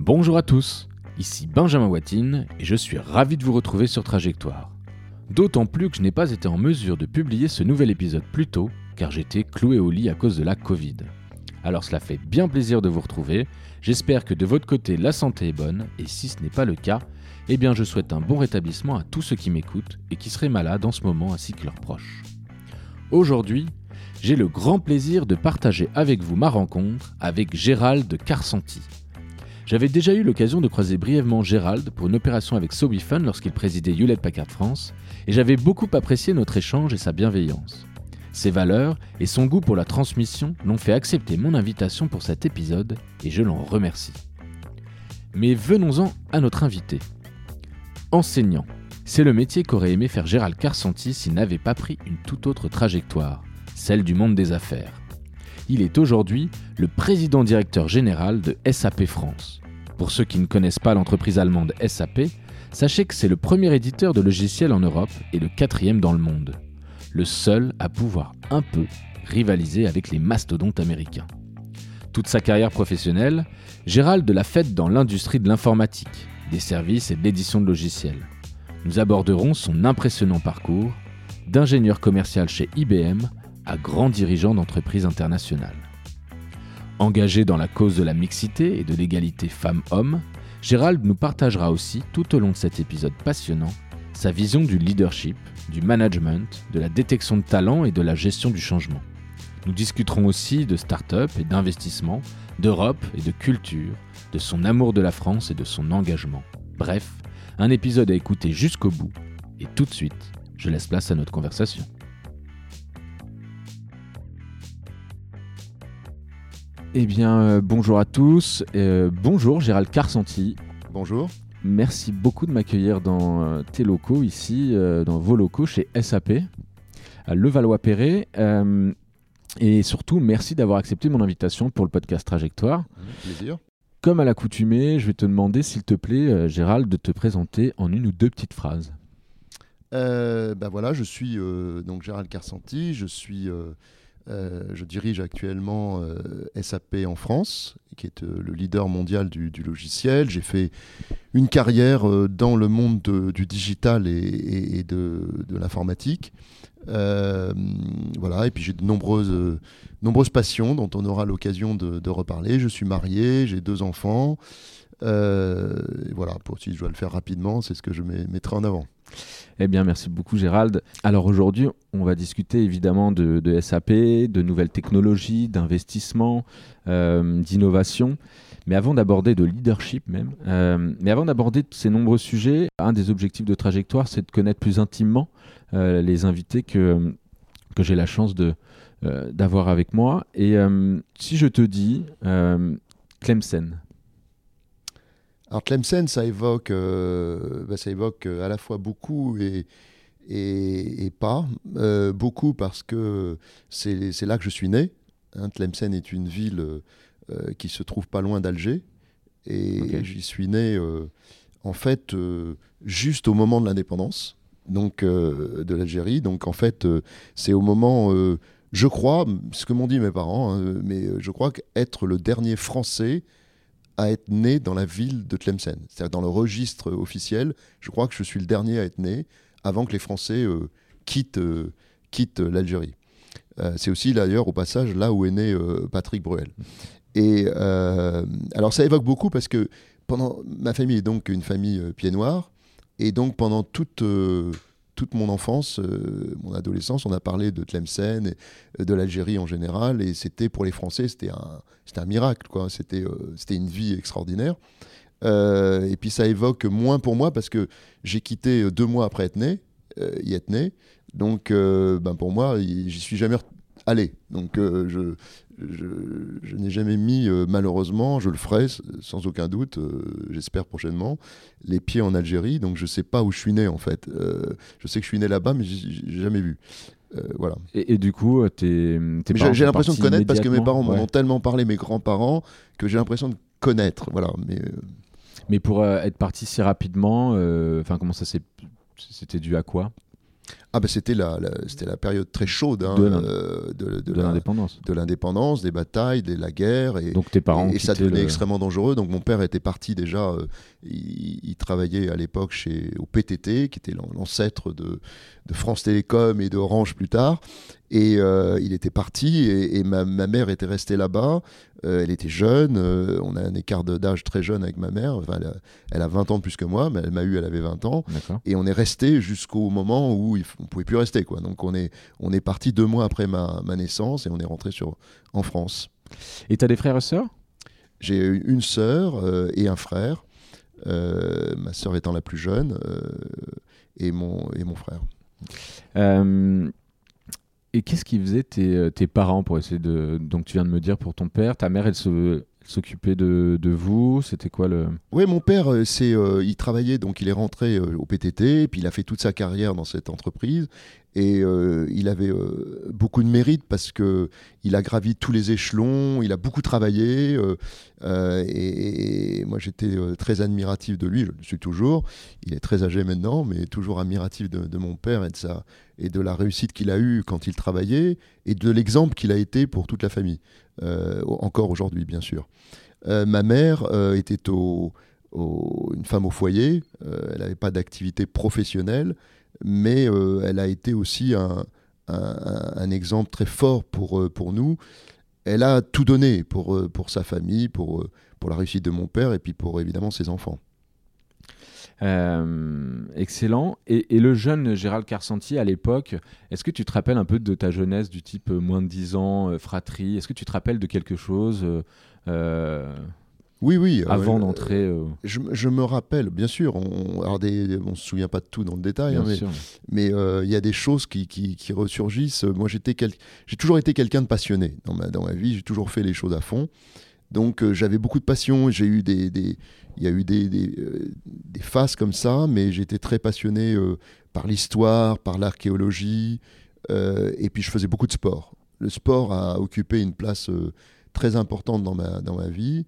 Bonjour à tous, ici Benjamin Watine et je suis ravi de vous retrouver sur Trajectoire. D'autant plus que je n'ai pas été en mesure de publier ce nouvel épisode plus tôt car j'étais cloué au lit à cause de la Covid. Alors cela fait bien plaisir de vous retrouver, j'espère que de votre côté la santé est bonne et si ce n'est pas le cas, eh bien je souhaite un bon rétablissement à tous ceux qui m'écoutent et qui seraient malades en ce moment ainsi que leurs proches. Aujourd'hui, j'ai le grand plaisir de partager avec vous ma rencontre avec Gérald Carsanti. J'avais déjà eu l'occasion de croiser brièvement Gérald pour une opération avec SoWeFun lorsqu'il présidait Hewlett-Packard France et j'avais beaucoup apprécié notre échange et sa bienveillance. Ses valeurs et son goût pour la transmission l'ont fait accepter mon invitation pour cet épisode et je l'en remercie. Mais venons-en à notre invité. Enseignant, c'est le métier qu'aurait aimé faire Gérald Carsanti s'il n'avait pas pris une toute autre trajectoire, celle du monde des affaires. Il est aujourd'hui le président-directeur général de SAP France. Pour ceux qui ne connaissent pas l'entreprise allemande SAP, sachez que c'est le premier éditeur de logiciels en Europe et le 4e dans le monde. Le seul à pouvoir un peu rivaliser avec les mastodontes américains. Toute sa carrière professionnelle, Gérald l'a faite dans l'industrie de l'informatique, des services et de l'édition de logiciels. Nous aborderons son impressionnant parcours, d'ingénieur commercial chez IBM à grand dirigeant d'entreprises internationales. Engagé dans la cause de la mixité et de l'égalité femmes-hommes, Gérald nous partagera aussi, tout au long de cet épisode passionnant, sa vision du leadership, du management, de la détection de talents et de la gestion du changement. Nous discuterons aussi de start-up et d'investissement, d'Europe et de culture, de son amour de la France et de son engagement. Bref, un épisode à écouter jusqu'au bout. Et tout de suite, je laisse place à notre conversation. Eh bien, bonjour à tous. Bonjour Gérald Carsanti. Bonjour. Merci beaucoup de m'accueillir dans tes locaux ici, dans vos locaux chez SAP, à Levallois-Perret. Et surtout, merci d'avoir accepté mon invitation pour le podcast Trajectoire. Plaisir. Comme à l'accoutumée, je vais te demander, s'il te plaît, Gérald, de te présenter en une ou deux petites phrases. Voilà, je suis donc Gérald Carsanti, je dirige actuellement SAP en France, qui est le leader mondial du logiciel. J'ai fait une carrière dans le monde du digital et de l'informatique. Voilà, et puis j'ai de nombreuses passions dont on aura l'occasion de reparler. Je suis marié, j'ai 2 enfants. Voilà, si je dois le faire rapidement, c'est ce que je mettrai en avant. Eh bien, merci beaucoup Gérald. Alors aujourd'hui, on va discuter évidemment de SAP, de nouvelles technologies, d'investissement, d'innovation. Mais avant d'aborder de leadership même, mais avant d'aborder ces nombreux sujets, un des objectifs de Trajectoire, c'est de connaître plus intimement les invités que j'ai la chance d'avoir avec moi. Et si je te dis Tlemcen. Alors Tlemcen, ça évoque à la fois beaucoup et pas. Beaucoup parce que c'est là que je suis né. Tlemcen est une ville qui se trouve pas loin d'Alger. Et okay. J'y suis né en fait juste au moment de l'indépendance de l'Algérie. Donc en fait, c'est au moment, je crois, ce que m'ont dit mes parents, mais je crois qu'être le dernier Français à être né dans la ville de Tlemcen. C'est-à-dire dans le registre officiel, je crois que je suis le dernier à être né avant que les Français quittent l'Algérie. C'est aussi d'ailleurs au passage là où est né Patrick Bruel. Et alors ça évoque beaucoup parce que ma famille est donc une famille pied noir et donc pendant toute mon enfance, mon adolescence, on a parlé de Tlemcen et de l'Algérie en général et c'était pour les Français, c'était un miracle, quoi. C'était une vie extraordinaire. Et puis ça évoque moins pour moi parce que j'ai quitté 2 mois après y être né. Donc pour moi, j'y suis jamais allé. Donc je n'ai jamais mis, malheureusement, je le ferai sans aucun doute, j'espère prochainement, les pieds en Algérie. Donc je ne sais pas où je suis né en fait. Je sais que je suis né là-bas, mais je n'ai jamais vu. Voilà. Et du coup, tes parents j'ai l'impression de connaître parce que mes parents m'en ont tellement parlé, mes grands-parents, que j'ai l'impression de connaître. Voilà. Mais pour être parti si rapidement, comment ça c'était dû à quoi ? C'était la période très chaude de l'indépendance. De l'indépendance, des batailles, de la guerre. Donc tes parents et ça devenait extrêmement dangereux. Donc mon père était parti déjà, il travaillait à l'époque au PTT, qui était l'ancêtre de France Télécom et d'Orange plus tard. Et il était parti et ma mère était restée là-bas. Elle était jeune, on a un écart d'âge très jeune avec ma mère. Enfin, elle a 20 ans de plus que moi, mais elle m'a eu, elle avait 20 ans. D'accord. Et on est resté jusqu'au moment où on ne pouvait plus rester, quoi. Donc on est parti 2 mois après ma naissance et on est rentré en France. Et tu as des frères et sœurs ? J'ai une sœur et un frère, ma sœur étant la plus jeune, et mon frère. Et qu'est-ce qu'ils faisaient tes parents pour essayer de... Donc tu viens de me dire pour ton père, ta mère, elle s'occupait de vous, c'était quoi le... Oui, mon père, il travaillait, donc il est rentré au PTT, puis il a fait toute sa carrière dans cette entreprise, et il avait beaucoup de mérite parce qu'il a gravi tous les échelons, il a beaucoup travaillé, et moi j'étais très admiratif de lui, je le suis toujours, il est très âgé maintenant, mais toujours admiratif de mon père et de la réussite qu'il a eue quand il travaillait, et de l'exemple qu'il a été pour toute la famille, encore aujourd'hui bien sûr. Ma mère était une femme au foyer, elle n'avait pas d'activité professionnelle, mais elle a été aussi un exemple très fort pour nous. Elle a tout donné pour sa famille, pour la réussite de mon père et puis pour évidemment ses enfants. Excellent. Et le jeune Gérald Carcenti, à l'époque, est-ce que tu te rappelles un peu de ta jeunesse du type moins de 10 ans, fratrie ? Est-ce que tu te rappelles de quelque chose Oui. Avant d'entrer... Je me rappelle, bien sûr, on ne se souvient pas de tout dans le détail, mais il y a des choses qui ressurgissent. Moi, j'ai toujours été quelqu'un de passionné dans ma vie, j'ai toujours fait les choses à fond. Donc j'avais beaucoup de passion, il y a eu des phases comme ça, mais j'étais très passionné par l'histoire, par l'archéologie, et puis je faisais beaucoup de sport. Le sport a occupé une place très importante dans ma vie.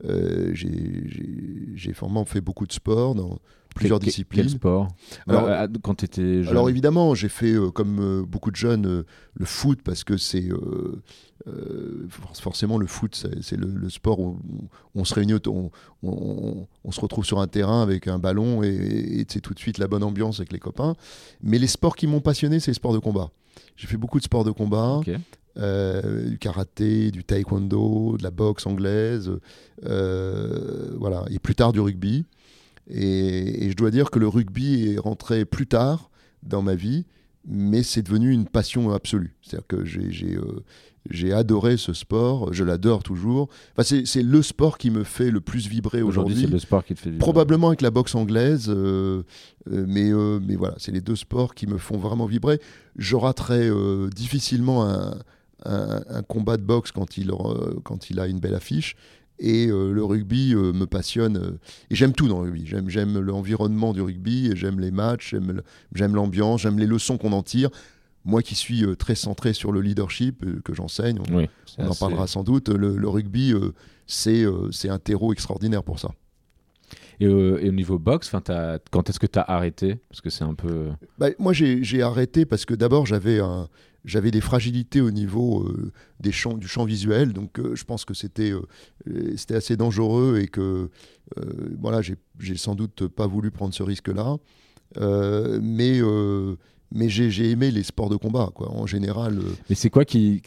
J'ai vraiment fait beaucoup de sport dans plusieurs disciplines. Quel sport ? Quand tu étais jeune ? Alors évidemment, j'ai fait, comme beaucoup de jeunes, le foot, parce que c'est... forcément, le foot, c'est le sport où on se réunit, on se retrouve sur un terrain avec un ballon et c'est tout de suite la bonne ambiance avec les copains. Mais les sports qui m'ont passionné, c'est les sports de combat. J'ai fait beaucoup de sports de combat. Okay. Du karaté, du taekwondo, de la boxe anglaise, voilà, et plus tard du rugby. Et je dois dire que le rugby est rentré plus tard dans ma vie, mais c'est devenu une passion absolue. C'est-à-dire que j'ai adoré ce sport, je l'adore toujours. Enfin, c'est le sport qui me fait le plus vibrer aujourd'hui. C'est le sport qui te fait vibrer. Probablement avec la boxe anglaise, mais voilà, c'est les 2 sports qui me font vraiment vibrer. Je raterai difficilement un combat de boxe quand il a une belle affiche. Et le rugby me passionne. Et j'aime tout dans le rugby. J'aime l'environnement du rugby, et j'aime les matchs, j'aime l'ambiance, j'aime les leçons qu'on en tire. Moi qui suis très centré sur le leadership que j'enseigne, on en parlera sans doute, le rugby, c'est un terreau extraordinaire pour ça. Et au niveau boxe, quand est-ce que tu as arrêté ? Parce que c'est un peu... Moi, j'ai arrêté parce que d'abord, j'avais des fragilités au niveau du champ visuel. Donc, je pense que c'était assez dangereux et que voilà, j'ai sans doute pas voulu prendre ce risque-là. Mais j'ai aimé les sports de combat, quoi, en général. Mais c'est quoi qui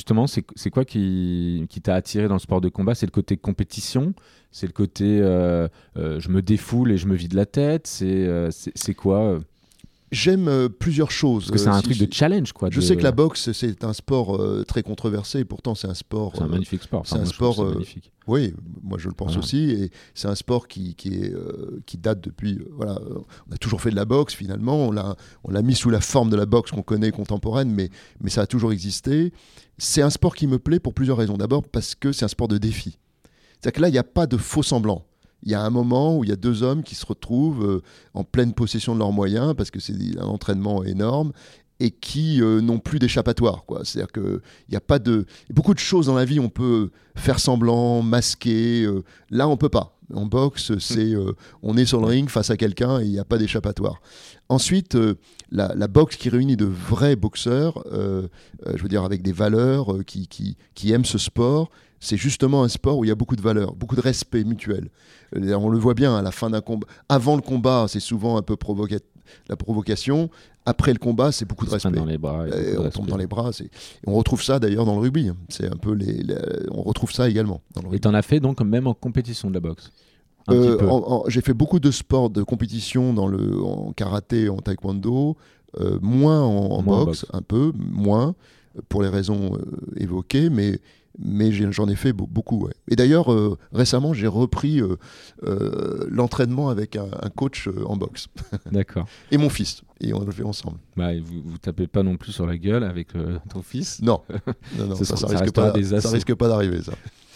t'a attiré dans le sport de combat ? C'est le côté compétition ? C'est le côté je me défoule et je me vide la tête ? C'est quoi J'aime plusieurs choses. Parce que c'est un truc de challenge, quoi. Je sais que la boxe, c'est un sport très controversé, et pourtant c'est un sport... C'est un magnifique sport. C'est un sport... magnifique. Oui, moi je le pense aussi, et c'est un sport qui date depuis... voilà, on a toujours fait de la boxe, finalement, on l'a mis sous la forme de la boxe qu'on connaît contemporaine, mais ça a toujours existé. C'est un sport qui me plaît pour plusieurs raisons. D'abord parce que c'est un sport de défi. C'est-à-dire que là, il n'y a pas de faux semblant. Il y a un moment où il y a 2 hommes qui se retrouvent en pleine possession de leurs moyens, parce que c'est un entraînement énorme, et qui n'ont plus d'échappatoire, quoi. C'est-à-dire qu'il y a beaucoup de choses dans la vie, on peut faire semblant, masquer. Là, on ne peut pas. En boxe, on est sur le ring face à quelqu'un et il n'y a pas d'échappatoire. Ensuite, la boxe qui réunit de vrais boxeurs, je veux dire avec des valeurs, qui aiment ce sport, c'est justement un sport où il y a beaucoup de valeurs, beaucoup de respect mutuel. On le voit bien à la fin d'un combat. Avant le combat, c'est souvent un peu la provocation. Après le combat, c'est beaucoup de respect. Dans les bras, on tombe dans les bras. On retrouve ça d'ailleurs dans le rugby. C'est un peu on retrouve ça également. Dans le rugby. Et t'en as fait donc même en compétition de la boxe. Petit peu. J'ai fait beaucoup de sports de compétition en karaté, en taekwondo, moins en boxe, un peu moins pour les raisons évoquées, mais j'en ai fait beaucoup. Ouais. Et d'ailleurs, récemment, j'ai repris l'entraînement avec un coach en boxe. D'accord. Et mon fils. Et on le fait ensemble. Bah, vous tapez pas non plus sur la gueule avec ton fils? Non. Ça risque pas d'arriver, ça.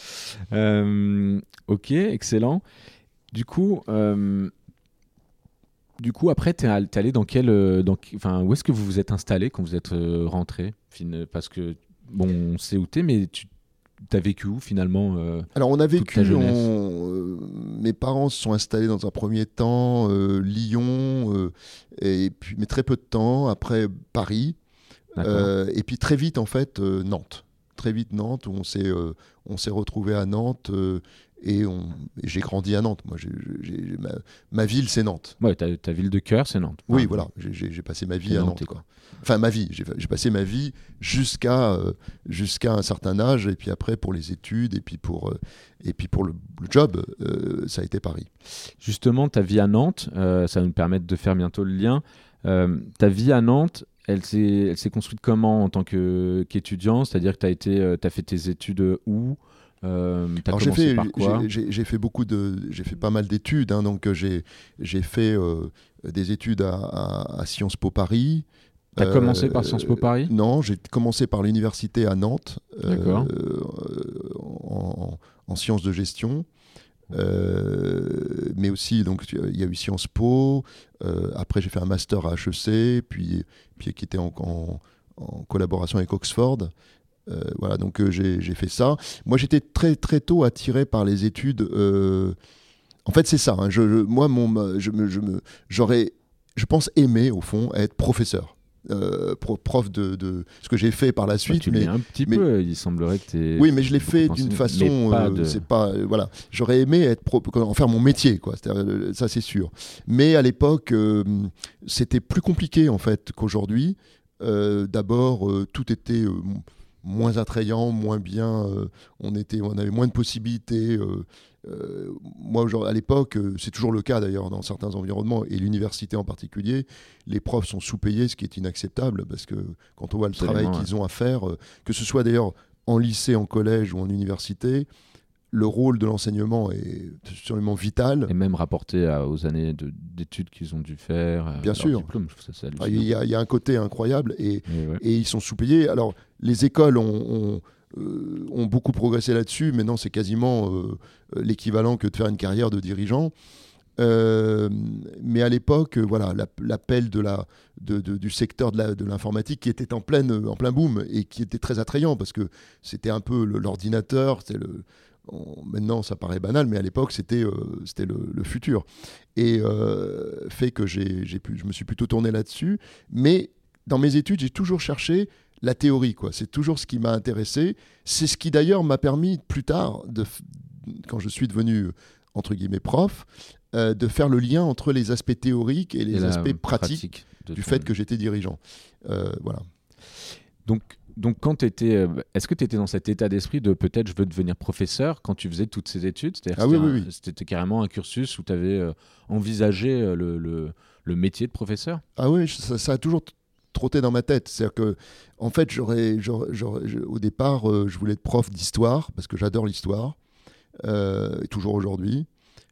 Ok, excellent. Du coup, après, t'es allé dans où est-ce que vous vous êtes installé quand vous êtes rentré? Parce que, bon, on sait où t'es, mais t'as vécu où finalement? Alors, on a vécu, mes parents se sont installés dans un premier temps, Lyon, mais très peu de temps, après Paris, et puis très vite, en fait, Nantes. Très vite, Nantes, où on s'est retrouvés à Nantes. Et j'ai grandi à Nantes. Moi, ma ville, c'est Nantes. Ouais, ta ville de cœur, c'est Nantes. Oui, voilà. J'ai passé ma vie à Nantes. Quoi. Enfin, ma vie. J'ai passé ma vie jusqu'à un certain âge. Et puis après, pour les études, et puis pour le job, ça a été Paris. Justement, ta vie à Nantes, ça va nous permettre de faire bientôt le lien. Ta vie à Nantes, elle s'est construite comment en tant qu'étudiant? C'est-à-dire que tu as fait tes études où? Alors j'ai fait pas mal d'études, hein, donc j'ai fait des études à Sciences Po Paris. T'as commencé par Sciences Po Paris? Non, j'ai commencé par l'université à Nantes, en sciences de gestion. Mais aussi, donc il y a eu Sciences Po. Après, j'ai fait un master à HEC, puis qui était en collaboration avec Oxford. Voilà, donc j'ai fait ça. Moi, j'étais très très tôt attiré par les études. En fait, c'est ça. Hein, j'aurais, je pense, aimé au fond être professeur. Prof de ce que j'ai fait par la suite. Tu l'es un petit peu, il semblerait que tu es... Oui, mais je l'ai fait d'une façon... c'est pas, voilà. J'aurais aimé en faire mon métier, quoi. Ça, c'est sûr. Mais à l'époque, c'était plus compliqué, en fait, qu'aujourd'hui. D'abord, tout était... moins attrayant, moins bien, on avait moins de possibilités. Moi, à l'époque, c'est toujours le cas d'ailleurs dans certains environnements, et l'université en particulier, les profs sont sous-payés, ce qui est inacceptable, parce que quand on voit le travail qu'ils ont à faire, que ce soit d'ailleurs en lycée, en collège ou en université, le rôle de l'enseignement est absolument vital. Et même rapporté aux années d'études qu'ils ont dû faire. Bien sûr. Diplôme, il y a un côté incroyable et ils sont sous-payés. Alors, les écoles ont beaucoup progressé là-dessus. Maintenant, c'est quasiment l'équivalent que de faire une carrière de dirigeant. Mais à l'époque, voilà, l'appel du secteur de l'informatique qui était en plein boom et qui était très attrayant parce que c'était un peu l'ordinateur, maintenant, ça paraît banal, mais à l'époque, c'était le futur. Et fait que je me suis plutôt tourné là-dessus. Mais dans mes études, j'ai toujours cherché la théorie, quoi. C'est toujours ce qui m'a intéressé. C'est ce qui, d'ailleurs, m'a permis plus tard, quand je suis devenu, entre guillemets, prof, de faire le lien entre les aspects théoriques et les aspects pratiques du fait que j'étais dirigeant. Voilà. Donc quand est-ce que tu étais dans cet état d'esprit de peut-être je veux devenir professeur quand tu faisais toutes ces études? C'est-à-dire c'était carrément un cursus où tu avais envisagé le métier de professeur? Ah oui, ça a toujours trotté dans ma tête. C'est-à-dire que, en fait, au départ, je voulais être prof d'histoire parce que j'adore l'histoire, et toujours aujourd'hui.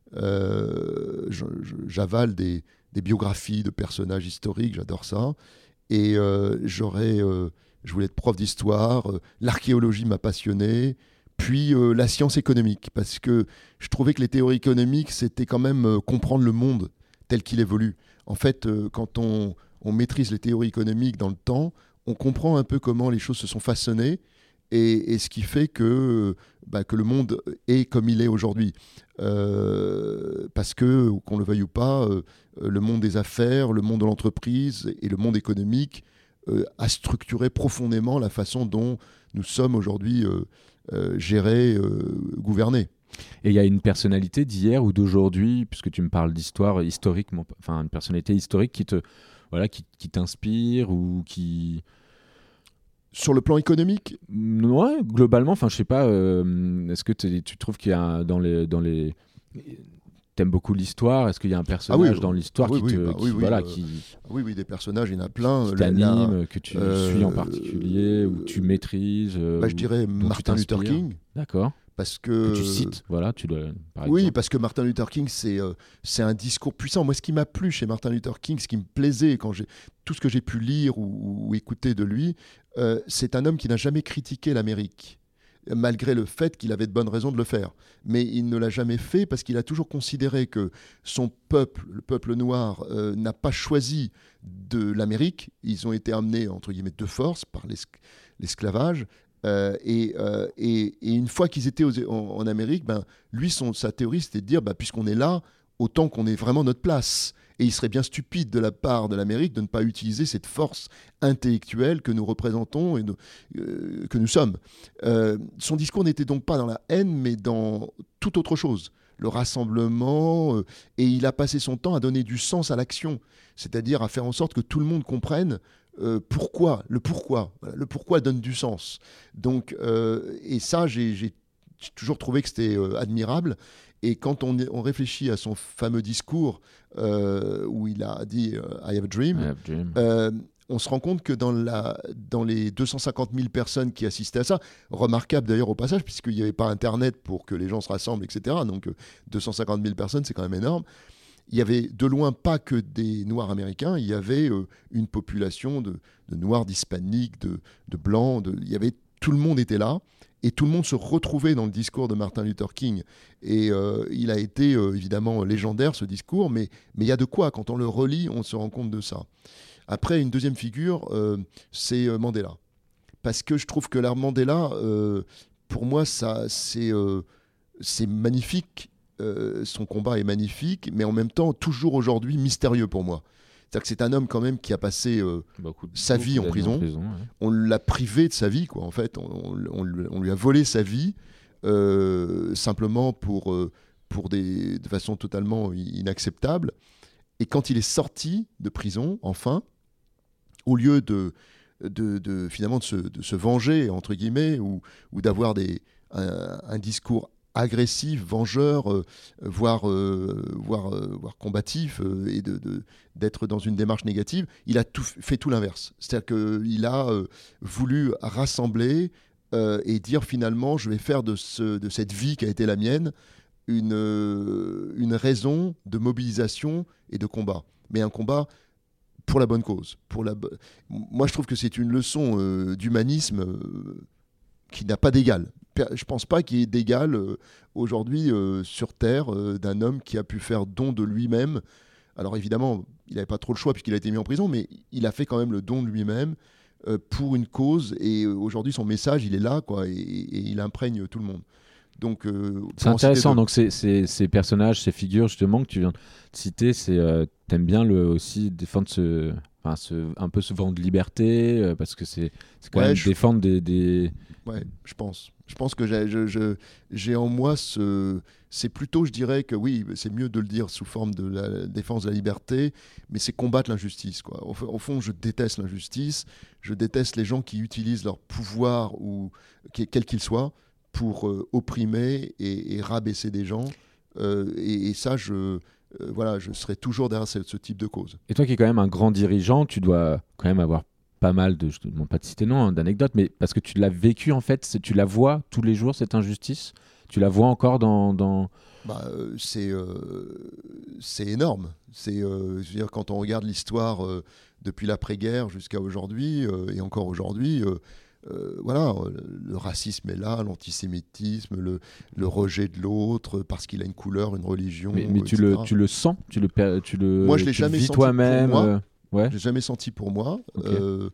J'avale des biographies de personnages historiques, j'adore ça. Et je voulais être prof d'histoire, l'archéologie m'a passionné, puis la science économique, parce que je trouvais que les théories économiques, c'était quand même comprendre le monde tel qu'il évolue. En fait, quand on maîtrise les théories économiques dans le temps, on comprend un peu comment les choses se sont façonnées, et ce qui fait que le monde est comme il est aujourd'hui. Parce que, qu'on le veuille ou pas, le monde des affaires, le monde de l'entreprise et le monde économique a structuré profondément la façon dont nous sommes aujourd'hui gérés, gouvernés. Et il y a une personnalité d'hier ou d'aujourd'hui, puisque tu me parles d'histoire historique, enfin une personnalité historique qui t'inspire ou qui... Sur le plan économique ? Ouais, globalement, enfin je sais pas, est-ce que tu trouves qu'il y a dans les... T'aimes beaucoup l'histoire. Est-ce qu'il y a un personnage dans l'histoire qui Oui, des personnages, il y en a plein. Qui t'anime, que tu suis en particulier, ou tu maîtrises je dirais Martin Luther King. D'accord. Parce que tu cites, tu dois. Oui, parce que Martin Luther King, c'est un discours puissant. Moi, ce qui m'a plu chez Martin Luther King, ce qui me plaisait tout ce que j'ai pu lire ou écouter de lui, c'est un homme qui n'a jamais critiqué l'Amérique, malgré le fait qu'il avait de bonnes raisons de le faire. Mais il ne l'a jamais fait parce qu'il a toujours considéré que son peuple, le peuple noir, n'a pas choisi de l'Amérique. Ils ont été amenés, entre guillemets, de force par l'esclavage. Et une fois qu'ils étaient en Amérique, lui, sa théorie, c'était de dire, puisqu'on est là, autant qu'on ait vraiment notre place. Et il serait bien stupide de la part de l'Amérique de ne pas utiliser cette force intellectuelle que nous représentons et que nous sommes. Son discours n'était donc pas dans la haine, mais dans toute autre chose. Le rassemblement, et il a passé son temps à donner du sens à l'action, c'est-à-dire à faire en sorte que tout le monde comprenne pourquoi. Le pourquoi donne du sens. Donc, et ça, j'ai toujours trouvé que c'était admirable. Et quand on réfléchit à son fameux discours où il a dit I have a dream, on se rend compte que dans les 250 000 personnes qui assistaient à ça, remarquable d'ailleurs au passage, puisqu'il n'y avait pas Internet pour que les gens se rassemblent, etc. Donc 250 000 personnes, c'est quand même énorme. Il y avait de loin pas que des Noirs américains, il y avait une population de Noirs, d'Hispaniques, de Blancs, tout le monde était là. Et tout le monde se retrouvait dans le discours de Martin Luther King. Et il a été évidemment légendaire, ce discours, mais il y a de quoi. Quand on le relit, on se rend compte de ça. Après, une deuxième figure, c'est Mandela. Parce que je trouve que l'art Mandela, pour moi, c'est magnifique. Son combat est magnifique, mais en même temps, toujours aujourd'hui, mystérieux pour moi. C'est-à-dire que c'est un homme quand même qui a passé sa vie en prison. Ouais. On l'a privé de sa vie, quoi. En fait, on lui a volé sa vie simplement de façon totalement inacceptable. Et quand il est sorti de prison, enfin, au lieu finalement de se venger entre guillemets ou d'avoir un discours agressif, vengeur, voire combatif, et d'être dans une démarche négative, il a fait tout l'inverse. C'est-à-dire qu'il a voulu rassembler et dire finalement, je vais faire de cette vie qui a été la mienne une raison de mobilisation et de combat. Mais un combat pour la bonne cause. Moi, je trouve que c'est une leçon d'humanisme qui n'a pas d'égal. Je ne pense pas qu'il y ait d'égal aujourd'hui sur Terre d'un homme qui a pu faire don de lui-même. Alors évidemment, il n'avait pas trop le choix puisqu'il a été mis en prison, mais il a fait quand même le don de lui-même pour une cause. Et aujourd'hui, son message, il est là, quoi, et il imprègne tout le monde. Donc, c'est intéressant. Donc ces personnages, ces figures justement que tu viens de citer, t'aimes bien aussi défendre un peu ce vent de liberté, parce que c'est quand même défendre des... Ouais, je pense. Je pense que j'ai en moi c'est plutôt, je dirais que oui, c'est mieux de le dire sous forme de la défense de la liberté, mais c'est combattre l'injustice, quoi. Au fond, je déteste l'injustice. Je déteste les gens qui utilisent leur pouvoir, quel qu'il soit, pour opprimer et rabaisser des gens. Et ça, je serai toujours derrière ce type de cause. Et toi qui es quand même un grand dirigeant, tu dois quand même avoir pas mal je ne demande pas de citer non, d'anecdotes, mais parce que tu l'as vécu en fait, tu la vois tous les jours, cette injustice, tu la vois encore dans... c'est énorme. Je veux dire, quand on regarde l'histoire depuis l'après-guerre jusqu'à aujourd'hui, et encore aujourd'hui, le racisme est là, l'antisémitisme, le rejet de l'autre parce qu'il a une couleur, une religion. Mais tu le sens, moi, je l'ai jamais vis senti toi-même. Pour moi. Ouais. Je l'ai jamais senti pour moi. Okay.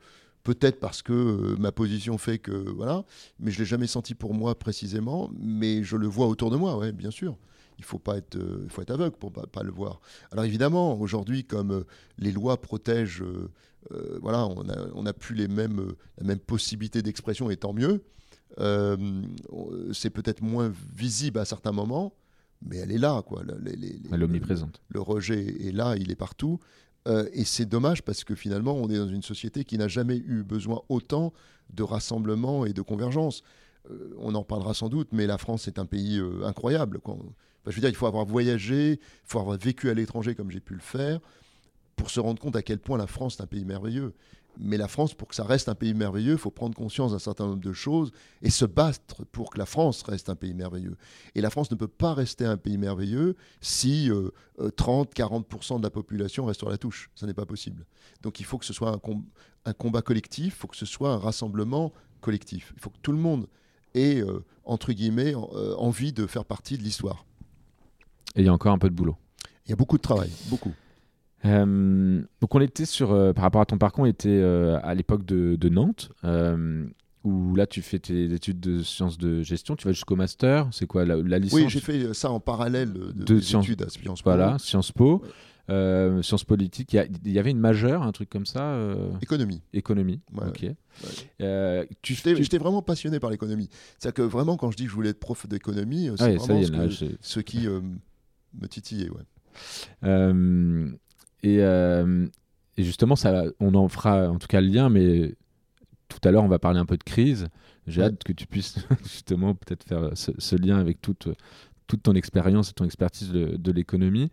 peut-être parce que ma position fait que voilà, mais je l'ai jamais senti pour moi précisément, mais je le vois autour de moi, ouais, bien sûr. Il faut être aveugle pour pas le voir. Alors évidemment, aujourd'hui, comme les lois protègent, voilà, on a plus la même possibilité d'expression, et tant mieux. Euh, c'est peut-être moins visible à certains moments, mais elle est là, quoi. Elle est omniprésente. Le rejet est là, il est partout. Et c'est dommage parce que finalement, on est dans une société qui n'a jamais eu besoin autant de rassemblement et de convergence. On en parlera sans doute, mais la France est un pays incroyable, quoi. Enfin, je veux dire, il faut avoir voyagé, il faut avoir vécu à l'étranger comme j'ai pu le faire, pour se rendre compte à quel point la France est un pays merveilleux. Mais la France, pour que ça reste un pays merveilleux, il faut prendre conscience d'un certain nombre de choses et se battre pour que la France reste un pays merveilleux. Et la France ne peut pas rester un pays merveilleux si 30-40% de la population reste sur la touche. Ça n'est pas possible. Donc il faut que ce soit un combat collectif, il faut que ce soit un rassemblement collectif. Il faut que tout le monde ait, entre guillemets, envie de faire partie de l'histoire. Et il y a encore un peu de boulot. Il y a beaucoup de travail, beaucoup. Donc on était par rapport à ton parcours, on était à l'époque de Nantes, où là tu fais tes études de sciences de gestion, tu vas jusqu'au master, c'est quoi la licence? Oui, j'ai fait ça en parallèle de sciences, études à Sciences Po. Voilà, Sciences Po, sciences politiques, il y avait une majeure, un truc comme ça Économie. Économie, Ouais, ok. Ouais. J'étais vraiment passionné par l'économie. C'est-à-dire que vraiment, quand je dis que je voulais être prof d'économie, c'est vraiment ce qui me titillait. Ouais. Et justement, on en fera en tout cas le lien, mais tout à l'heure, on va parler un peu de crise. J'ai hâte que tu puisses justement peut-être faire ce lien avec toute ton expérience et ton expertise de l'économie.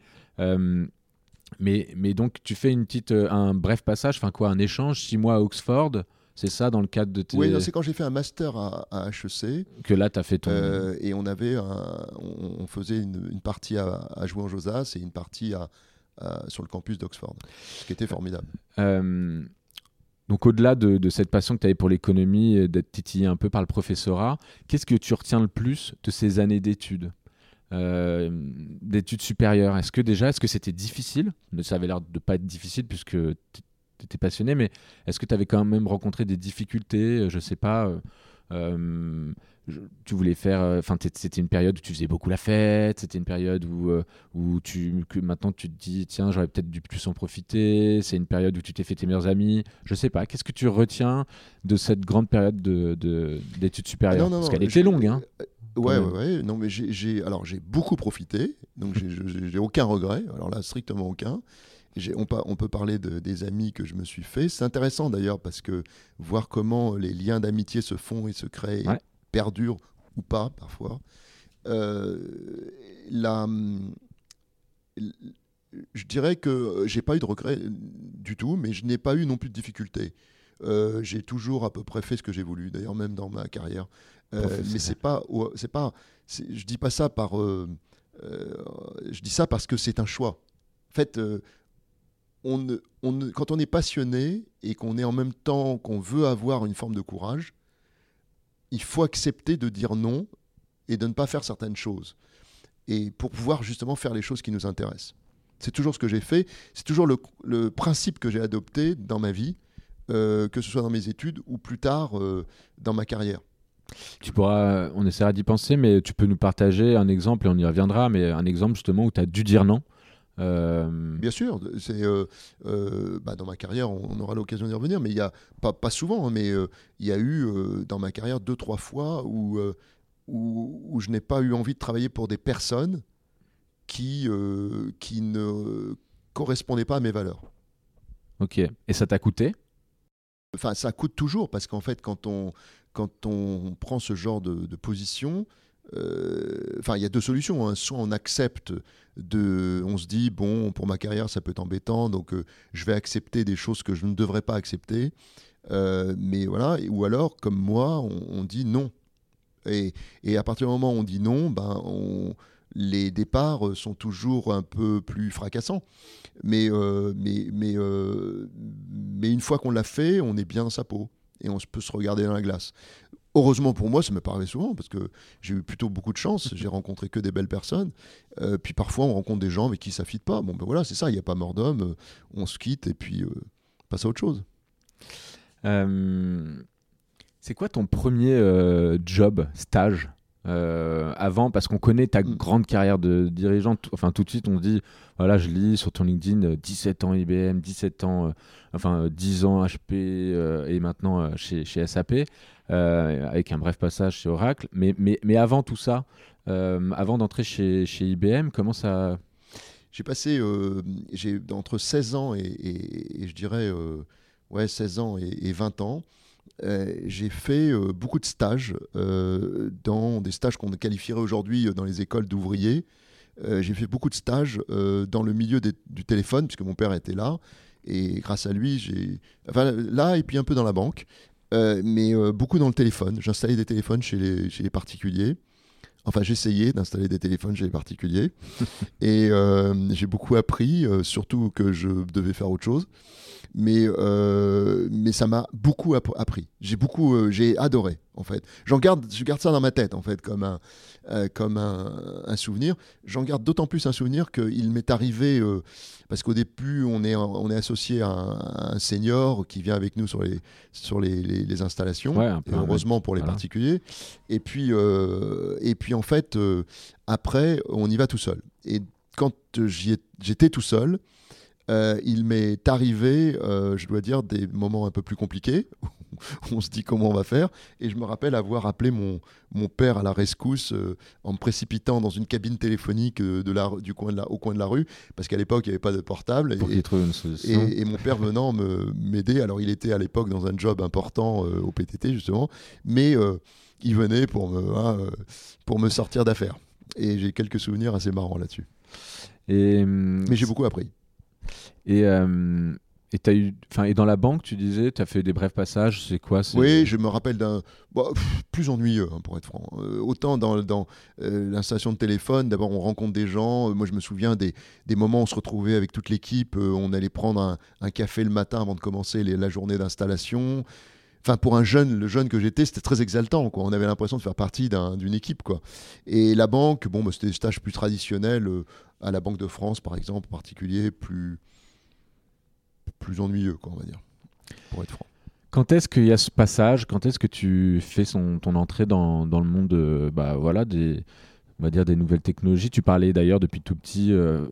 Mais donc, tu fais un bref passage, un échange, 6 mois à Oxford, c'est ça dans le cadre de tes... Oui, c'est quand j'ai fait un master à HEC. Que là, tu as fait ton... et on faisait une partie à Jouan-Josas et une partie sur le campus d'Oxford, ce qui était formidable. Donc au-delà de cette passion que tu avais pour l'économie et d'être titillé un peu par le professorat, qu'est-ce que tu retiens le plus de ces années d'études supérieures? Est-ce que c'était difficile? Ça avait l'air de ne pas être difficile puisque tu étais passionné, mais est-ce que tu avais quand même rencontré des difficultés? Je ne sais pas... tu voulais faire, c'était une période où tu faisais beaucoup la fête, c'était une période où maintenant tu te dis tiens, j'aurais peut-être dû plus en profiter, c'est une période où tu t'es fait tes meilleurs amis, je sais pas, qu'est-ce que tu retiens de cette grande période d'études supérieures? Parce qu'elle était longue, hein. Ouais. Non, mais j'ai beaucoup profité, donc j'ai aucun regret, alors là strictement aucun. On peut parler des amis que je me suis fait. C'est intéressant d'ailleurs parce que voir comment les liens d'amitié se font et se créent, et perdurent ou pas parfois. Je dirais que j'ai pas eu de regrets du tout, mais je n'ai pas eu non plus de difficultés. J'ai toujours à peu près fait ce que j'ai voulu, d'ailleurs même dans ma carrière. Mais je dis pas ça je dis ça parce que c'est un choix. En fait. Quand on est passionné et qu'on est en même temps qu'on veut avoir une forme de courage, il faut accepter de dire non et de ne pas faire certaines choses. Et pour pouvoir justement faire les choses qui nous intéressent. C'est toujours ce que j'ai fait. C'est toujours le principe que j'ai adopté dans ma vie, que ce soit dans mes études ou plus tard dans ma carrière. On essaiera d'y penser, mais tu peux nous partager un exemple et on y reviendra, mais un exemple justement où tu as dû dire non. Bien sûr, dans ma carrière, on aura l'occasion d'y revenir, mais il y a pas souvent, mais il y a eu dans ma carrière 2-3 fois où je n'ai pas eu envie de travailler pour des personnes qui ne correspondaient pas à mes valeurs. Ok, et ça t'a coûté? Enfin, ça coûte toujours parce qu'en fait, quand on prend ce genre de position. Il y a deux solutions. Hein. Soit on accepte, on se dit, bon, pour ma carrière, ça peut être embêtant, donc je vais accepter des choses que je ne devrais pas accepter. Mais voilà, ou alors, comme moi, on dit non. Et à partir du moment où on dit non, les départs sont toujours un peu plus fracassants. Mais une fois qu'on l'a fait, on est bien dans sa peau et on peut se regarder dans la glace. Heureusement pour moi, ça m'est pas arrivé souvent parce que j'ai eu plutôt beaucoup de chance. J'ai rencontré que des belles personnes. Puis parfois, on rencontre des gens avec qui ça ne fit pas. Bon, voilà, c'est ça, il n'y a pas mort d'homme. On se quitte et puis passe à autre chose. C'est quoi ton premier job, stage avant, parce qu'on connaît ta grande carrière de dirigeant, enfin tout de suite on se dit, voilà, je lis sur ton LinkedIn 17 ans IBM, 17 ans, 10 ans HP et maintenant chez SAP, avec un bref passage chez Oracle. Mais avant tout ça, avant d'entrer chez IBM, comment ça... J'ai passé entre 16 ans et je dirais 16 ans et 20 ans. J'ai fait beaucoup de stages, dans des stages qu'on qualifierait aujourd'hui dans les écoles d'ouvriers. J'ai fait beaucoup de stages dans le milieu du téléphone, puisque mon père était là. Et grâce à lui, là et puis un peu dans la banque, mais beaucoup dans le téléphone. J'installais des téléphones chez les particuliers. Enfin, j'essayais d'installer des téléphones chez les particuliers. Et j'ai beaucoup appris, surtout que je devais faire autre chose. Mais ça m'a beaucoup appris. J'ai adoré, en fait. Je garde ça dans ma tête, en fait, comme un souvenir. J'en garde d'autant plus un souvenir qu'il m'est arrivé, parce qu'au début, on est associé à un senior qui vient avec nous sur les installations, Ouais, un peu heureusement pour les particuliers. Et puis en fait, après, on y va tout seul. Et quand j'étais tout seul, il m'est arrivé, je dois dire, des moments un peu plus compliqués, où on se dit comment on va faire. Et je me rappelle avoir appelé mon père à la rescousse en me précipitant dans une cabine téléphonique au coin de la rue, parce qu'à l'époque, il n'y avait pas de portable. Pour qu'il trouve une solution. Et mon père venant m'aider. Alors, il était à l'époque dans un job important au PTT, justement, mais il venait pour me sortir d'affaire. Et j'ai quelques souvenirs assez marrants là-dessus. Mais j'ai beaucoup appris. Et t'as eu, et dans la banque, tu disais, tu as fait des brefs passages, c'est quoi? Oui, je me rappelle d'un plus ennuyeux, pour être franc. Autant dans l'installation de téléphone, d'abord on rencontre des gens. Moi je me souviens des moments où on se retrouvait avec toute l'équipe, on allait prendre un café le matin avant de commencer la journée d'installation. Enfin, pour le jeune que j'étais, c'était très exaltant, quoi. On avait l'impression de faire partie d'une équipe, quoi. Et la banque, c'était des stages plus traditionnels, à la Banque de France, par exemple, en particulier, plus ennuyeux, quoi, on va dire, pour être franc. Quand est-ce qu'il y a ce passage? Quand est-ce que tu fais ton entrée dans le monde on va dire des nouvelles technologies? Tu parlais d'ailleurs depuis tout petit,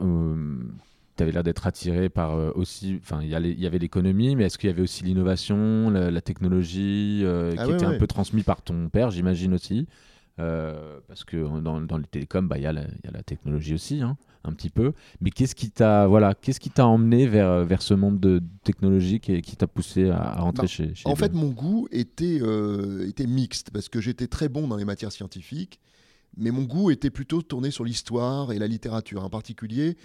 tu avais l'air d'être attiré par aussi, il y avait l'économie, mais est-ce qu'il y avait aussi l'innovation, la technologie qui était un peu transmise par ton père, j'imagine aussi, parce que dans les télécoms, il y a la technologie aussi, hein, un petit peu. Mais qu'est-ce qui t'a emmené vers ce monde de technologique et qui t'a poussé à rentrer chez En fait, mon goût était mixte, parce que j'étais très bon dans les matières scientifiques, mais mon goût était plutôt tourné sur l'histoire et la littérature. En particulier,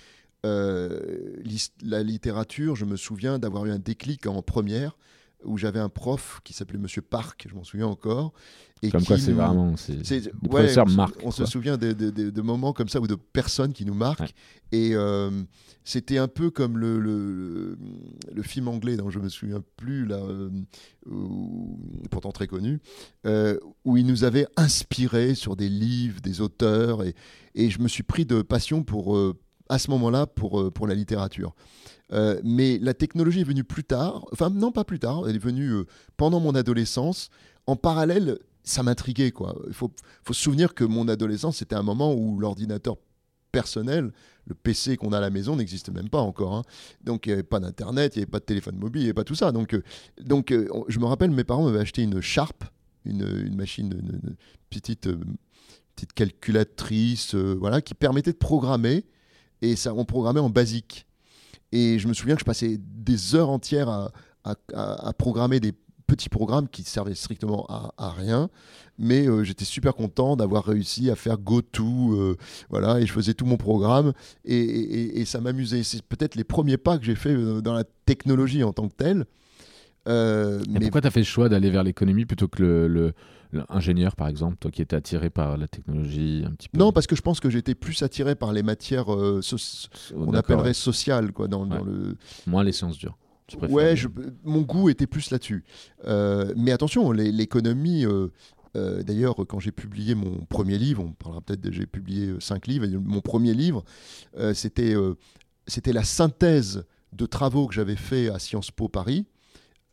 la littérature, je me souviens d'avoir eu un déclic en première, où j'avais un prof qui s'appelait Monsieur Park, je m'en souviens encore. Et comme quoi, c'est vraiment... le professeur marque. On se souvient de moments comme ça, ou de personnes qui nous marquent. Ouais. Et c'était un peu comme le film anglais, dont je ne me souviens plus, là, pourtant très connu, où il nous avait inspiré sur des livres, des auteurs. Et je me suis pris de passion à ce moment-là pour la littérature. Mais la technologie est venue plus tard, enfin non pas plus tard, elle est venue pendant mon adolescence. En parallèle, ça m'intriguait, quoi. Il faut se souvenir que mon adolescence, c'était un moment où l'ordinateur personnel, le PC qu'on a à la maison, n'existait même pas encore, hein. Donc il n'y avait pas d'internet, il n'y avait pas de téléphone mobile, il n'y avait pas tout ça. Donc je me rappelle, mes parents m'avaient acheté une Sharp, une machine, une petite calculatrice, voilà, qui permettait de programmer, et ça, on programmait en BASIC. Et je me souviens que je passais des heures entières à programmer des petits programmes qui servaient strictement à rien, mais j'étais super content d'avoir réussi à faire GoTo, voilà, et je faisais tout mon programme, et ça m'amusait. C'est peut-être les premiers pas que j'ai fait dans la technologie en tant que telle. Mais pourquoi tu as fait le choix d'aller vers l'économie plutôt que l'ingénieur, par exemple, toi qui étais attiré par la technologie un petit peu? Non, parce que je pense que j'étais plus attiré par les matières qu'on appellerait sociales, quoi, dans moins les sciences dures. Ouais, mon goût était plus là-dessus. Mais attention, l'économie... d'ailleurs, quand j'ai publié mon premier livre, on parlera peut-être, j'ai publié 5 livres, et mon premier livre, c'était la synthèse de travaux que j'avais fait à Sciences Po Paris,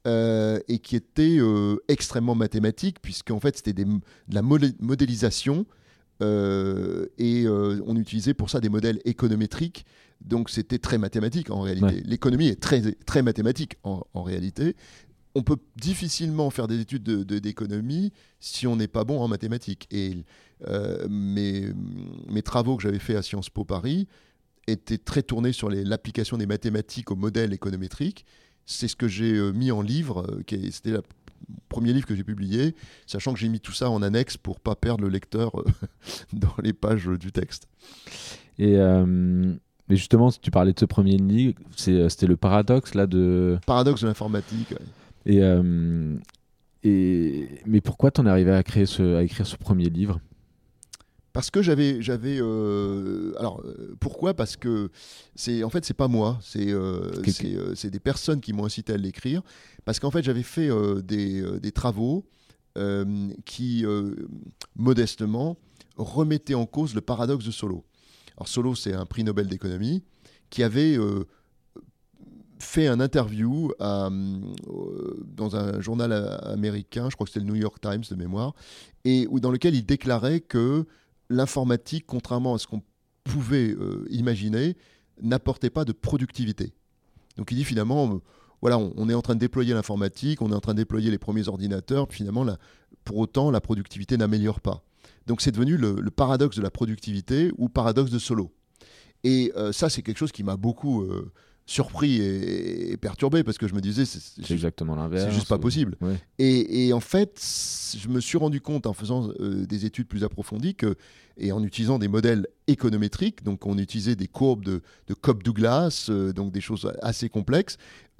et qui était extrêmement mathématique, puisqu'en fait, c'était de la modélisation. Et on utilisait pour ça des modèles économétriques, donc c'était très mathématique en réalité. Ouais. L'économie est très, très mathématique en réalité. On peut difficilement faire des études d'économie si on n'est pas bon en mathématiques. Et mes travaux que j'avais faits à Sciences Po Paris étaient très tournés sur l'application des mathématiques aux modèles économétriques. C'est ce que j'ai mis en livre, c'était le premier livre que j'ai publié, sachant que j'ai mis tout ça en annexe pour ne pas perdre le lecteur dans les pages du texte. Et mais justement, si tu parlais de ce premier livre, c'était le paradoxe là de... Paradoxe de l'informatique. Ouais. Mais pourquoi t'en es arrivé à écrire ce premier livre ? Parce que pourquoi ? Parce que en fait, c'est pas moi, c'est des personnes qui m'ont incité à l'écrire. Parce qu'en fait, j'avais fait des travaux qui, modestement, remettaient en cause le paradoxe de Solow. Alors, Solow, c'est un prix Nobel d'économie qui avait fait un interview dans un journal américain, je crois que c'était le New York Times de mémoire, dans lequel il déclarait que l'informatique, contrairement à ce qu'on pouvait imaginer, n'apportait pas de productivité. Donc il dit finalement, voilà, on est en train de déployer l'informatique, on est en train de déployer les premiers ordinateurs, puis finalement, pour autant, la productivité n'améliore pas. Donc c'est devenu le paradoxe de la productivité ou paradoxe de Solow. Et ça, c'est quelque chose qui m'a beaucoup surpris et perturbé, parce que je me disais, c'est exactement l'inverse. C'est juste pas possible. Ouais. Et en fait, je me suis rendu compte en faisant des études plus approfondies et en utilisant des modèles économétriques, donc on utilisait des courbes de Cobb-Douglas, donc des choses assez complexes,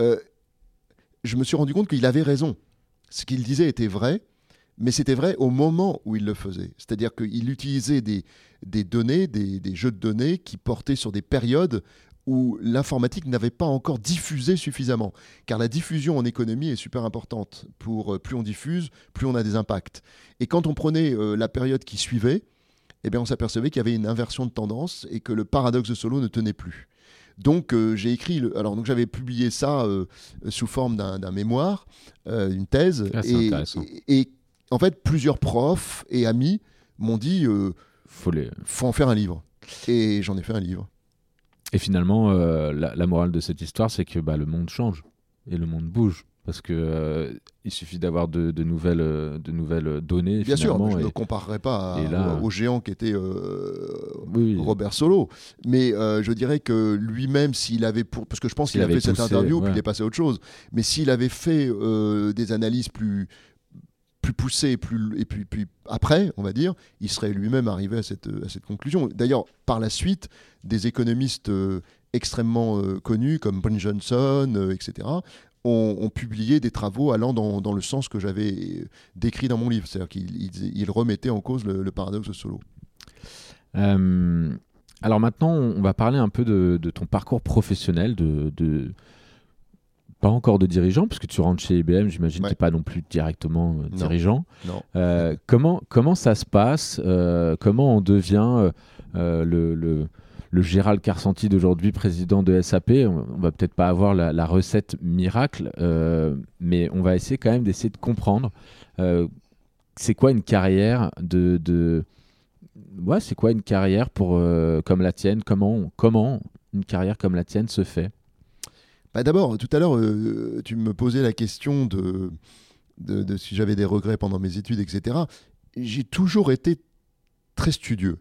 je me suis rendu compte qu'il avait raison. Ce qu'il disait était vrai, mais c'était vrai au moment où il le faisait. C'est-à-dire qu'il utilisait des données, des jeux de données qui portaient sur des périodes où l'informatique n'avait pas encore diffusé suffisamment. Car la diffusion en économie est super importante. Plus on diffuse, plus on a des impacts. Et quand on prenait la période qui suivait, eh bien on s'apercevait qu'il y avait une inversion de tendance et que le paradoxe de Solow ne tenait plus. Donc j'ai écrit, donc j'avais publié ça sous forme d'un mémoire, une thèse. C'est intéressant. Et en fait, plusieurs profs et amis m'ont dit faut en faire un livre. Et j'en ai fait un livre. Et finalement, la morale de cette histoire, c'est que le monde change et le monde bouge. Parce qu'il suffit d'avoir de nouvelles données. Bien sûr, je ne comparerai pas au géant qui était oui. Robert Solow. Mais je dirais que lui-même, parce que je pense qu'il a fait cette interview, puis il est passé à autre chose. Mais s'il avait fait des analyses plus poussées, et puis après, on va dire, il serait lui-même arrivé à cette conclusion. D'ailleurs, par la suite, des économistes extrêmement connus, comme Bryn Johnson, etc., ont publié des travaux allant dans le sens que j'avais décrit dans mon livre. C'est-à-dire qu'ils remettaient en cause le paradoxe de Solow. Alors maintenant, on va parler un peu de ton parcours professionnel, pas encore de dirigeant, parce que tu rentres chez IBM, j'imagine que tu n'es pas non plus directement dirigeant. Non. Comment ça se passe comment on devient le Gérald Karsanti d'aujourd'hui, président de SAP? On va peut-être pas avoir la recette miracle, mais on va essayer quand même d'essayer de comprendre c'est quoi une carrière c'est quoi une carrière comme la tienne? Comment une carrière comme la tienne se fait? D'abord, tout à l'heure, tu me posais la question de si j'avais des regrets pendant mes études, etc. J'ai toujours été très studieux.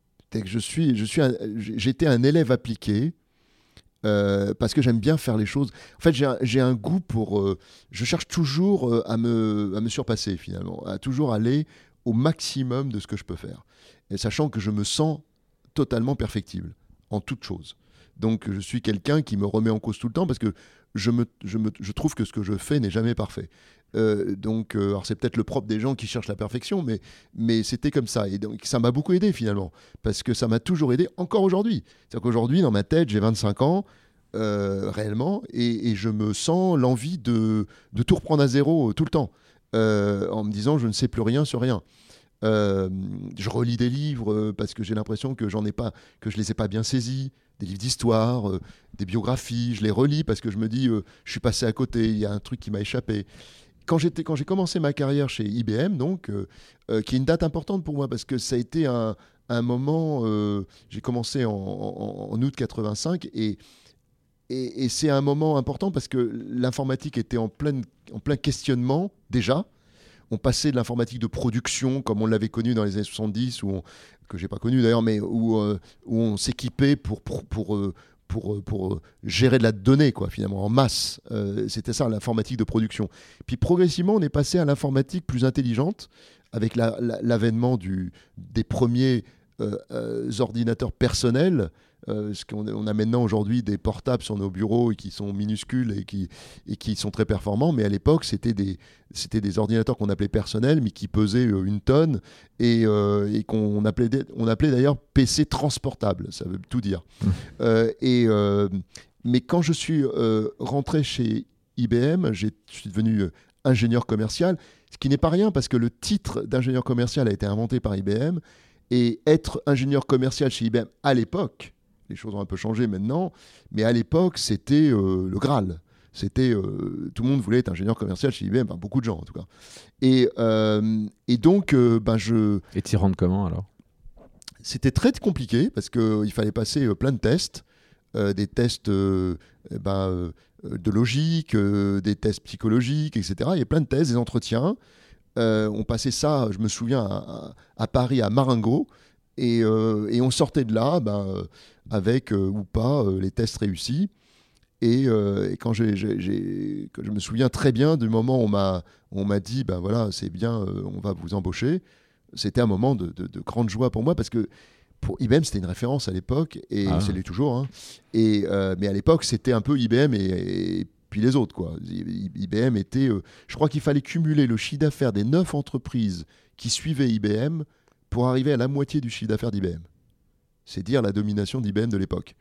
J'étais un élève appliqué parce que j'aime bien faire les choses. En fait, j'ai un goût pour... je cherche toujours à me surpasser, finalement, à toujours aller au maximum de ce que je peux faire. Et sachant que je me sens totalement perfectible en toute chose. Donc je suis quelqu'un qui me remet en cause tout le temps parce que je trouve que ce que je fais n'est jamais parfait. Alors c'est peut-être le propre des gens qui cherchent la perfection, mais c'était comme ça. Et donc ça m'a beaucoup aidé finalement, parce que ça m'a toujours aidé encore aujourd'hui. C'est-à-dire qu'aujourd'hui, dans ma tête, j'ai 25 ans, réellement, et je me sens l'envie de tout reprendre à zéro tout le temps, en me disant je ne sais plus rien sur rien. Je relis des livres parce que j'ai l'impression que je les ai pas bien saisis. Des livres d'histoire, des biographies, je les relis parce que je me dis, je suis passé à côté, il y a un truc qui m'a échappé. Quand j'ai commencé ma carrière chez IBM, donc, qui est une date importante pour moi parce que ça a été un moment, j'ai commencé en août 85 et c'est un moment important parce que l'informatique était en plein questionnement déjà. On passait de l'informatique de production, comme on l'avait connu dans les années 70, que j'ai pas connu d'ailleurs, mais où on s'équipait pour gérer de la donnée, quoi, finalement, en masse. C'était ça, l'informatique de production. Puis progressivement, on est passé à l'informatique plus intelligente, avec l'avènement des premiers ordinateurs personnels. Parce qu'on a maintenant aujourd'hui des portables sur nos bureaux et qui sont minuscules et qui sont très performants, mais à l'époque c'était des ordinateurs qu'on appelait personnels mais qui pesaient 1 tonne et qu'on appelait d'ailleurs PC transportable, ça veut tout dire. Mais quand je suis rentré chez IBM, je suis devenu ingénieur commercial, ce qui n'est pas rien parce que le titre d'ingénieur commercial a été inventé par IBM et être ingénieur commercial chez IBM à l'époque, les choses ont un peu changé maintenant, mais à l'époque, c'était le Graal. C'était, tout le monde voulait être ingénieur commercial chez IBM, enfin, beaucoup de gens en tout cas. Et donc, Et t'y rentres comment alors ? C'était très compliqué parce qu'il fallait passer plein de tests, des tests de logique, des tests psychologiques, etc. Il y a plein de tests, des entretiens. On passait ça, je me souviens, à Paris, à Marengo. Et on sortait de là avec ou pas les tests réussis. Et quand je me souviens très bien du moment où on m'a dit voilà, c'est bien, on va vous embaucher, c'était un moment de grande joie pour moi parce que pour IBM, c'était une référence à l'époque et c'est l'est toujours. Hein. Mais à l'époque, c'était un peu IBM et puis les autres, quoi. IBM était. Je crois qu'il fallait cumuler le chiffre d'affaires des 9 entreprises qui suivaient IBM pour arriver à la moitié du chiffre d'affaires d'IBM. C'est dire la domination d'IBM de l'époque.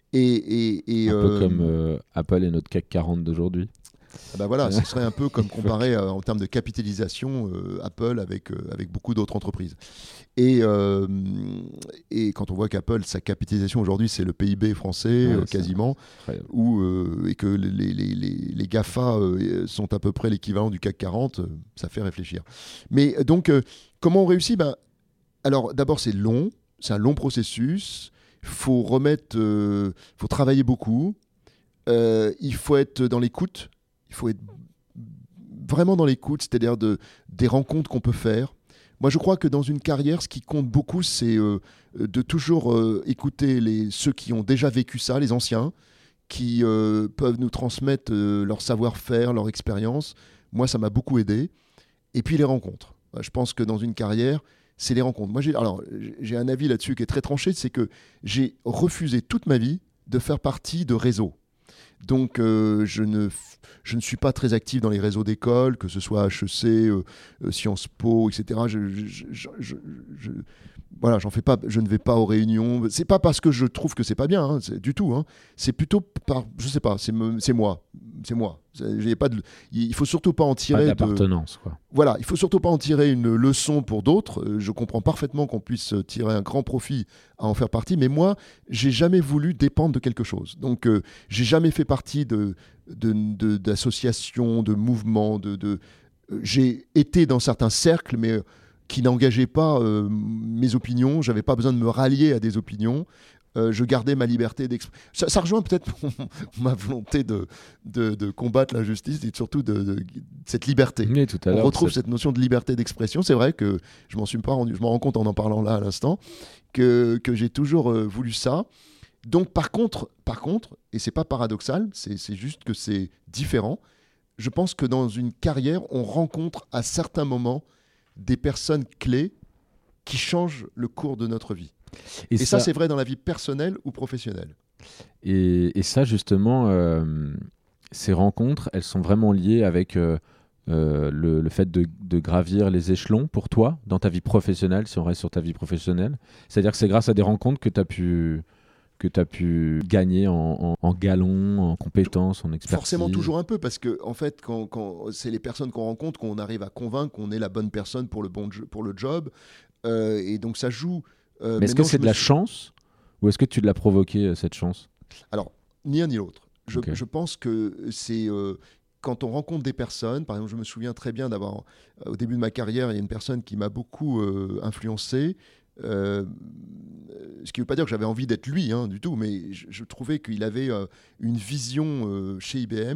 Un peu comme Apple et notre CAC 40 d'aujourd'hui. Voilà, ce serait un peu comme comparer en termes de capitalisation Apple avec beaucoup d'autres entreprises. Et quand on voit qu'Apple, sa capitalisation aujourd'hui, c'est le PIB français quasiment, et que les GAFA sont à peu près l'équivalent du CAC 40, ça fait réfléchir. Mais donc, comment on réussit ? Alors d'abord, c'est un long processus. Il faut faut travailler beaucoup. Il faut être dans l'écoute. Il faut être vraiment dans l'écoute, c'est-à-dire des rencontres qu'on peut faire. Moi, je crois que dans une carrière, ce qui compte beaucoup, c'est de toujours écouter ceux qui ont déjà vécu ça, les anciens, qui peuvent nous transmettre leur savoir-faire, leur expérience. Moi, ça m'a beaucoup aidé. Et puis les rencontres. Je pense que dans une carrière, c'est les rencontres. Moi, j'ai un avis là-dessus qui est très tranché, c'est que j'ai refusé toute ma vie de faire partie de réseaux. Donc, je ne suis pas très actif dans les réseaux d'école, que ce soit HEC, Sciences Po, etc. Voilà, j'en fais pas. Je ne vais pas aux réunions. C'est pas parce que je trouve que c'est pas bien, du tout. C'est plutôt par, je sais pas. C'est moi. Il faut surtout pas en tirer pas d'appartenance, quoi. Voilà, il faut surtout pas en tirer une leçon pour d'autres. Je comprends parfaitement qu'on puisse tirer un grand profit à en faire partie, mais moi, j'ai jamais voulu dépendre de quelque chose. Donc, j'ai jamais fait partie d'associations, de mouvements. J'ai été dans certains cercles, mais qui n'engageaient pas mes opinions. J'avais pas besoin de me rallier à des opinions. Je gardais ma liberté d'expression. Ça rejoint peut-être ma volonté de combattre l'injustice et surtout de cette liberté. Oui, tout à l'heure, on retrouve cette notion de liberté d'expression. C'est vrai que je m'en rends compte en parlant là à l'instant, que j'ai toujours voulu ça. Donc par contre, et c'est pas paradoxal, c'est juste que c'est différent, je pense que dans une carrière, on rencontre à certains moments des personnes clés qui changent le cours de notre vie. Et ça, c'est vrai dans la vie personnelle ou professionnelle. Et ça, justement, ces rencontres, elles sont vraiment liées avec le fait de gravir les échelons pour toi, dans ta vie professionnelle, si on reste sur ta vie professionnelle. C'est-à-dire que c'est grâce à des rencontres que tu tu as pu gagner en galons, en compétences, en expertise? Forcément, toujours un peu, parce que en fait, quand c'est les personnes qu'on rencontre qu'on arrive à convaincre qu'on est la bonne personne pour le job. Et donc ça joue. Mais est-ce que c'est de la chance ou est-ce que tu l'as provoqué, cette chance? Alors, ni un ni l'autre. Ok. Je pense que c'est quand on rencontre des personnes, par exemple, je me souviens très bien d'avoir, au début de ma carrière, il y a une personne qui m'a beaucoup influencé. Ce qui ne veut pas dire que j'avais envie d'être lui, du tout, mais je trouvais qu'il avait une vision chez IBM,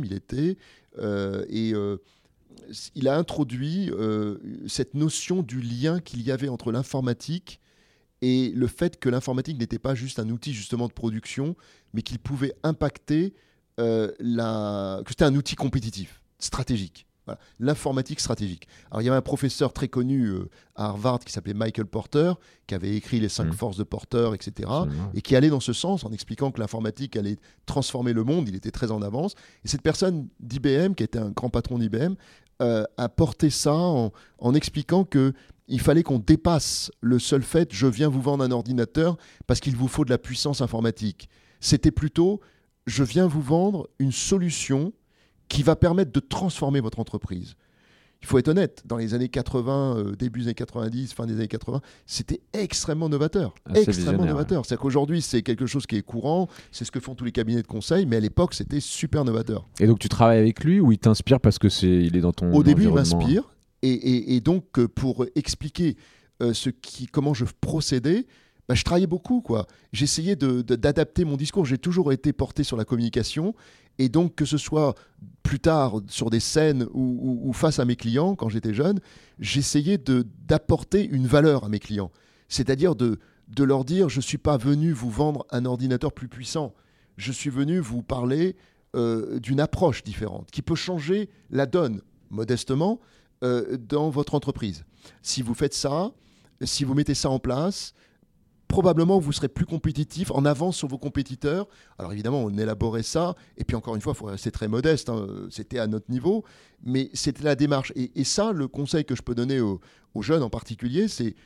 il a introduit cette notion du lien qu'il y avait entre l'informatique et le fait que l'informatique n'était pas juste un outil justement de production, mais qu'il pouvait impacter, que c'était un outil compétitif, stratégique. Voilà. L'informatique stratégique. Alors, il y avait un professeur très connu à Harvard qui s'appelait Michael Porter, qui avait écrit Les 5 forces de Porter, etc., Absolument. et qui allait dans ce sens en expliquant que l'informatique allait transformer le monde. Il était très en avance. Et cette personne d'IBM, qui était un grand patron d'IBM, a porté ça en expliquant qu'il fallait qu'on dépasse le seul fait « je viens vous vendre un ordinateur parce qu'il vous faut de la puissance informatique ». C'était plutôt « je viens vous vendre une solution qui va permettre de transformer votre entreprise ». Il faut être honnête, dans les années 80, début des années 90, fin des années 80, c'était extrêmement novateur. Extrêmement novateur. C'est-à-dire qu'aujourd'hui, c'est quelque chose qui est courant, c'est ce que font tous les cabinets de conseil, mais à l'époque, c'était super novateur. Et donc, tu travailles avec lui ou il t'inspire parce que il est dans ton Au début, il environnement? m'inspire. Et donc, pour expliquer comment je procédais, je travaillais beaucoup, quoi. J'essayais d'adapter mon discours. J'ai toujours été porté sur la communication. Et donc, que ce soit plus tard sur des scènes ou face à mes clients, quand j'étais jeune, j'essayais d'apporter une valeur à mes clients. C'est-à-dire de leur dire, je ne suis pas venu vous vendre un ordinateur plus puissant. Je suis venu vous parler d'une approche différente qui peut changer la donne, modestement, dans votre entreprise. Si vous faites ça, si vous mettez ça en place, probablement vous serez plus compétitif, en avance sur vos compétiteurs. Alors évidemment, on élaborait ça, et puis encore une fois, il faut rester très modeste, c'était à notre niveau, mais c'était la démarche. Et ça, le conseil que je peux donner aux jeunes en particulier, c'est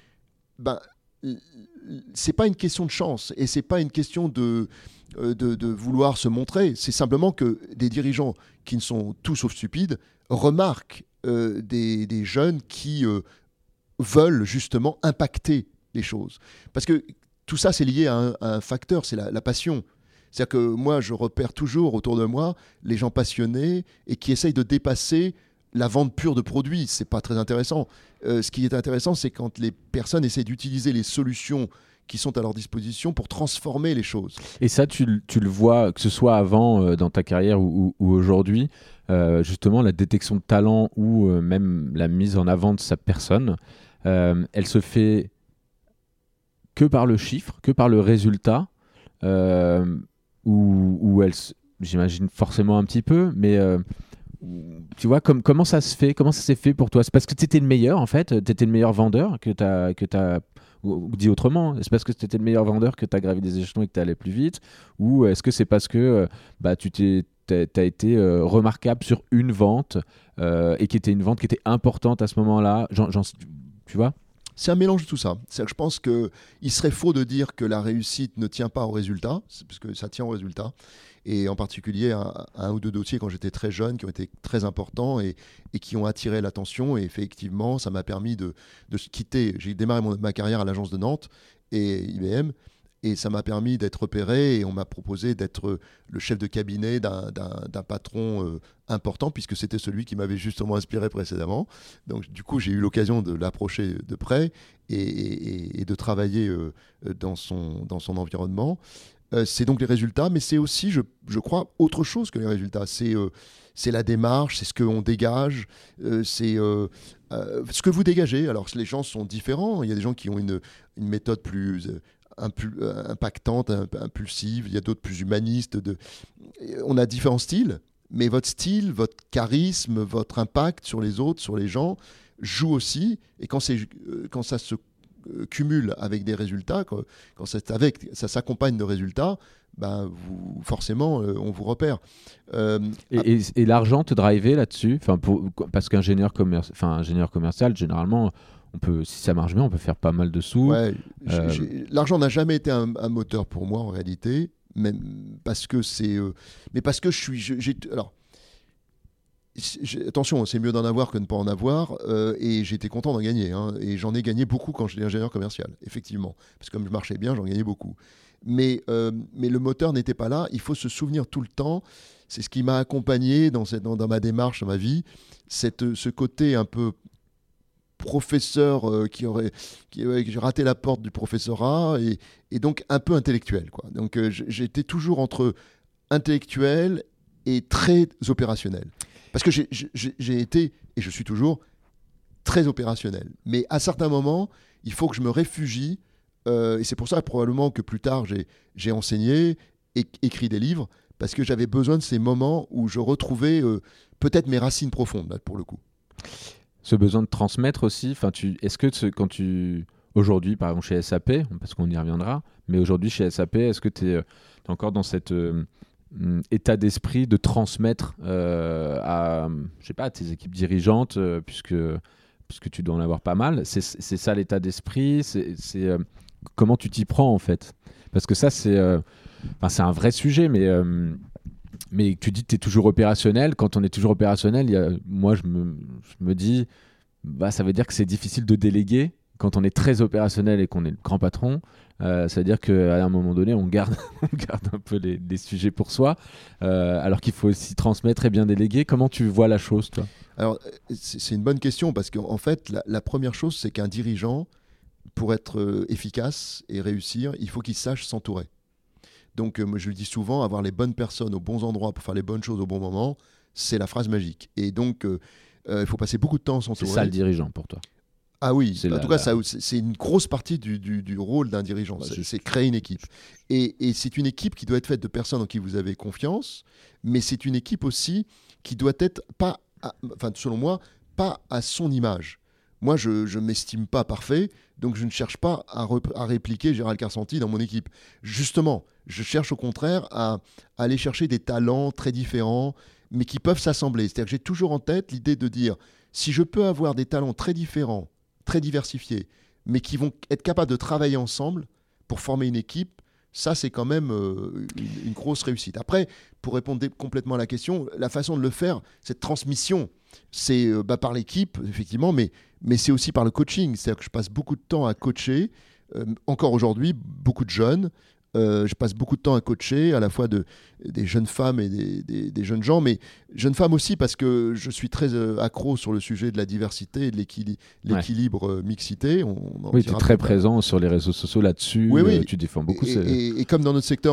c'est pas une question de chance, et c'est pas une question de vouloir se montrer, c'est simplement que des dirigeants qui ne sont tout sauf stupides remarquent des jeunes qui veulent justement impacter les choses. Parce que tout ça, c'est lié à un facteur, c'est la passion. C'est-à-dire que moi, je repère toujours autour de moi les gens passionnés et qui essayent de dépasser la vente pure de produits. C'est pas très intéressant. Ce qui est intéressant, c'est quand les personnes essaient d'utiliser les solutions qui sont à leur disposition pour transformer les choses. Et ça, tu le vois, que ce soit avant dans ta carrière ou aujourd'hui, justement, la détection de talent ou même la mise en avant de sa personne, elle se fait que par le chiffre, que par le résultat, ou j'imagine forcément un petit peu, mais tu vois, comment ça se fait? Comment ça s'est fait pour toi? C'est parce que tu étais le meilleur, en fait? Tu étais le meilleur vendeur que t'as ou dit autrement, c'est parce que tu étais le meilleur vendeur que tu as gravi des échelons et que tu allais plus vite? Ou est-ce que c'est parce que tu as été remarquable sur une vente et qui était une vente qui était importante à ce moment-là? Tu vois? C'est un mélange de tout ça. C'est-à-dire que je pense qu'il serait faux de dire que la réussite ne tient pas au résultat, parce que ça tient au résultat. Et en particulier, un ou deux dossiers quand j'étais très jeune qui ont été très importants et qui ont attiré l'attention. Et effectivement, ça m'a permis de quitter. J'ai démarré ma carrière à l'agence de Nantes et IBM. Et ça m'a permis d'être repéré et on m'a proposé d'être le chef de cabinet d'un patron important, puisque c'était celui qui m'avait justement inspiré précédemment. Donc du coup, j'ai eu l'occasion de l'approcher de près et de travailler dans son environnement. C'est donc les résultats, mais c'est aussi, je crois, autre chose que les résultats. C'est la démarche, c'est ce qu'on dégage, c'est ce que vous dégagez. Alors les gens sont différents. Il y a des gens qui ont une méthode plus impactante, impulsive, il y a d'autres plus humanistes. On a différents styles, mais votre style, votre charisme, votre impact sur les autres, sur les gens, joue aussi. Et quand ça se cumule avec des résultats, quand ça s'accompagne de résultats, forcément, on vous repère. Et l'argent te drivait là-dessus? Parce qu'ingénieur commercial, généralement, si ça marche bien, on peut faire pas mal de sous. Ouais, l'argent n'a jamais été un moteur pour moi en réalité, même parce que mais parce que alors, attention, c'est mieux d'en avoir que de ne pas en avoir, et j'étais content d'en gagner, hein, et j'en ai gagné beaucoup quand j'étais ingénieur commercial, effectivement, parce que comme je marchais bien, j'en gagnais beaucoup. Mais le moteur n'était pas là. Il faut se souvenir tout le temps. C'est ce qui m'a accompagné dans ma démarche, dans ma vie, ce côté un peu professeur qui aurait raté la porte du professorat et donc un peu intellectuel, quoi. Donc j'étais toujours entre intellectuel et très opérationnel. Parce que j'ai été, et je suis toujours, très opérationnel. Mais à certains moments, il faut que je me réfugie, et c'est pour ça probablement que plus tard j'ai enseigné et écrit des livres, parce que j'avais besoin de ces moments où je retrouvais peut-être mes racines profondes, là, pour le coup. Ce besoin de transmettre aussi, est-ce que aujourd'hui, par exemple chez SAP, parce qu'on y reviendra, mais aujourd'hui chez SAP, est-ce que tu es encore dans cet état d'esprit de transmettre à tes équipes dirigeantes, puisque tu dois en avoir pas mal? C'est ça l'état d'esprit, comment tu t'y prends en fait? Parce que ça, c'est un vrai sujet, mais tu dis que tu es toujours opérationnel. Quand on est toujours opérationnel, moi, je me dis, ça veut dire que c'est difficile de déléguer. Quand on est très opérationnel et qu'on est le grand patron, ça veut dire qu'à un moment donné, on garde un peu les sujets pour soi, alors qu'il faut aussi transmettre et bien déléguer. Comment tu vois la chose, toi? Alors, c'est une bonne question, parce qu'en fait, la première chose, c'est qu'un dirigeant, pour être efficace et réussir, il faut qu'il sache s'entourer. Donc, moi, je le dis souvent, avoir les bonnes personnes aux bons endroits pour faire les bonnes choses au bon moment, c'est la phrase magique. Et donc, il faut passer beaucoup de temps à s'entourer. C'est ça le dirigeant pour toi? Ah oui, en tout cas, c'est une grosse partie du rôle d'un dirigeant. C'est créer une équipe. Et c'est une équipe qui doit être faite de personnes en qui vous avez confiance, mais c'est une équipe aussi qui doit être, selon moi, pas à son image. Moi, je ne m'estime pas parfait, donc je ne cherche pas à répliquer Gérald Carsanti dans mon équipe. Justement, je cherche au contraire à aller chercher des talents très différents, mais qui peuvent s'assembler. C'est-à-dire que j'ai toujours en tête l'idée de dire, si je peux avoir des talents très différents, très diversifiés, mais qui vont être capables de travailler ensemble pour former une équipe, ça, c'est quand même une grosse réussite. Après, pour répondre complètement à la question, la façon de le faire, cette transmission, c'est par l'équipe, effectivement, mais c'est aussi par le coaching. C'est-à-dire que je passe beaucoup de temps à coacher, encore aujourd'hui, beaucoup de jeunes. Je passe beaucoup de temps à coacher, à la fois des jeunes femmes et des jeunes gens, mais jeunes femmes aussi, parce que je suis très accro sur le sujet de la diversité et de l'équilibre mixité. Oui, tu es très présent sur les réseaux sociaux là-dessus, oui. Tu défends beaucoup. Et comme dans notre secteur,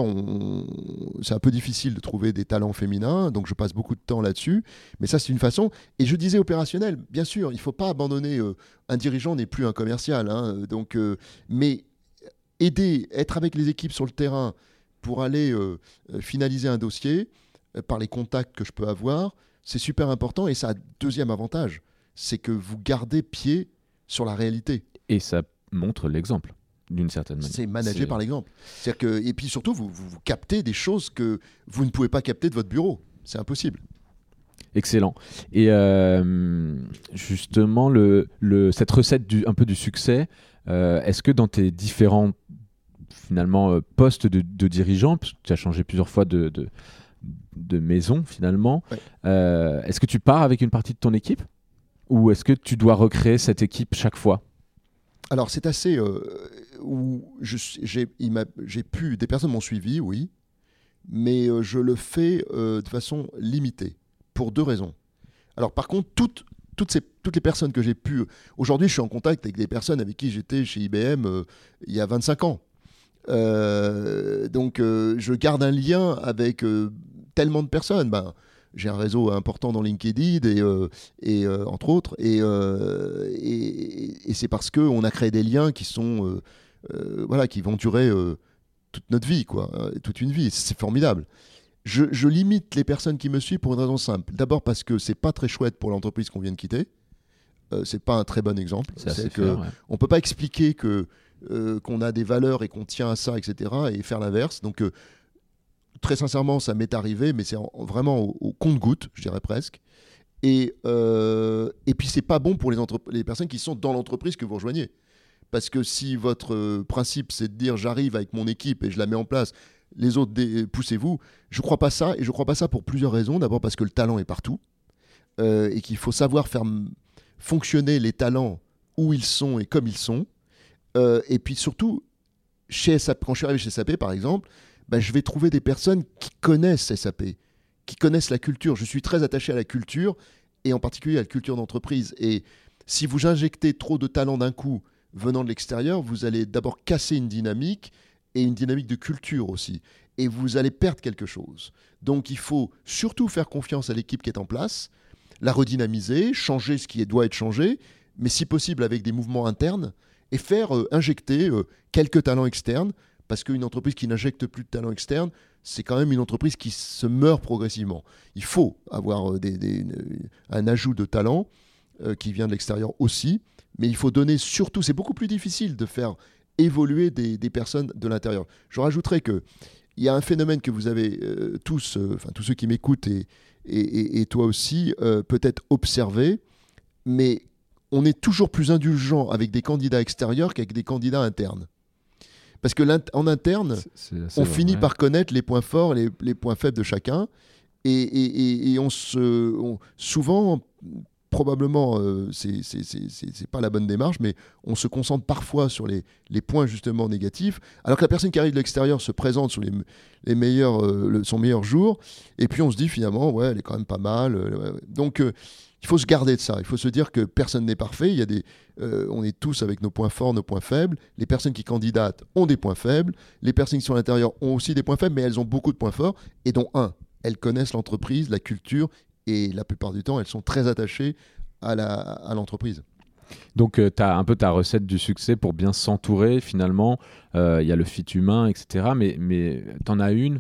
c'est un peu difficile de trouver des talents féminins, donc je passe beaucoup de temps là-dessus, mais ça c'est une façon. Et je disais opérationnel, bien sûr, il ne faut pas abandonner, un dirigeant n'est plus un commercial, hein, mais aider, être avec les équipes sur le terrain pour aller finaliser un dossier par les contacts que je peux avoir, c'est super important. Et ça a deuxième avantage, c'est que vous gardez pied sur la réalité. Et ça montre l'exemple, d'une certaine manière. C'est manager par l'exemple. Et puis surtout, vous captez des choses que vous ne pouvez pas capter de votre bureau. C'est impossible. Excellent. Et justement, cette recette un peu du succès, est-ce que dans tes différents postes de dirigeant, parce que tu as changé plusieurs fois de maison finalement, ouais. Est-ce que tu pars avec une partie de ton équipe ou est-ce que tu dois recréer cette équipe chaque fois? Alors c'est assez... des personnes m'ont suivi, oui, mais je le fais de façon limitée, pour deux raisons. Alors par contre, toutes les personnes que j'ai pu... Aujourd'hui, je suis en contact avec des personnes avec qui j'étais chez IBM il y a 25 ans. Donc je garde un lien avec tellement de personnes. J'ai un réseau important dans LinkedIn et entre autres, et c'est parce qu'on a créé des liens qui sont qui vont durer toute notre vie, quoi, toute une vie. C'est formidable. Je limite les personnes qui me suivent pour une raison simple. D'abord parce que c'est pas très chouette pour l'entreprise qu'on vient de quitter. C'est pas un très bon exemple. On peut pas expliquer qu'on a des valeurs et qu'on tient à ça, etc., et faire l'inverse. Donc, très sincèrement, ça m'est arrivé, mais c'est vraiment au compte-gouttes, je dirais presque. Et puis, c'est pas bon pour les personnes qui sont dans l'entreprise que vous rejoignez. Parce que si votre principe, c'est de dire j'arrive avec mon équipe et je la mets en place, les autres, poussez-vous, je crois pas ça. Et je crois pas ça pour plusieurs raisons. D'abord parce que le talent est partout et qu'il faut savoir faire fonctionner les talents où ils sont et comme ils sont. Et puis surtout, chez SAP, quand je suis arrivé chez SAP, par exemple, je vais trouver des personnes qui connaissent SAP, qui connaissent la culture. Je suis très attaché à la culture, et en particulier à la culture d'entreprise. Et si vous injectez trop de talent d'un coup venant de l'extérieur, vous allez d'abord casser une dynamique, et une dynamique de culture aussi. Et vous allez perdre quelque chose. Donc il faut surtout faire confiance à l'équipe qui est en place, la redynamiser, changer ce qui doit être changé, mais si possible avec des mouvements internes, et faire injecter quelques talents externes, parce qu'une entreprise qui n'injecte plus de talents externes, c'est quand même une entreprise qui se meurt progressivement. Il faut avoir un ajout de talent qui vient de l'extérieur aussi, mais il faut donner surtout, c'est beaucoup plus difficile de faire évoluer des personnes de l'intérieur. Je rajouterais qu'il y a un phénomène que vous avez tous ceux qui m'écoutent et toi aussi, peut-être observé, mais on est toujours plus indulgent avec des candidats extérieurs qu'avec des candidats internes. Parce qu'en interne, on finit par connaître les points forts, les points faibles de chacun, et souvent, probablement, c'est pas la bonne démarche, mais on se concentre parfois sur les points justement négatifs, alors que la personne qui arrive de l'extérieur se présente sur son meilleur jour, et puis on se dit finalement, ouais, elle est quand même pas mal. Donc, il faut se garder de ça. Il faut se dire que personne n'est parfait. On est tous avec nos points forts, nos points faibles. Les personnes qui candidatent ont des points faibles. Les personnes qui sont à l'intérieur ont aussi des points faibles, mais elles ont beaucoup de points forts, et dont elles connaissent l'entreprise, la culture, et la plupart du temps, elles sont très attachées à l'entreprise. Donc, tu as un peu ta recette du succès pour bien s'entourer, finalement. Il y a le fit humain, etc. Mais tu en as une.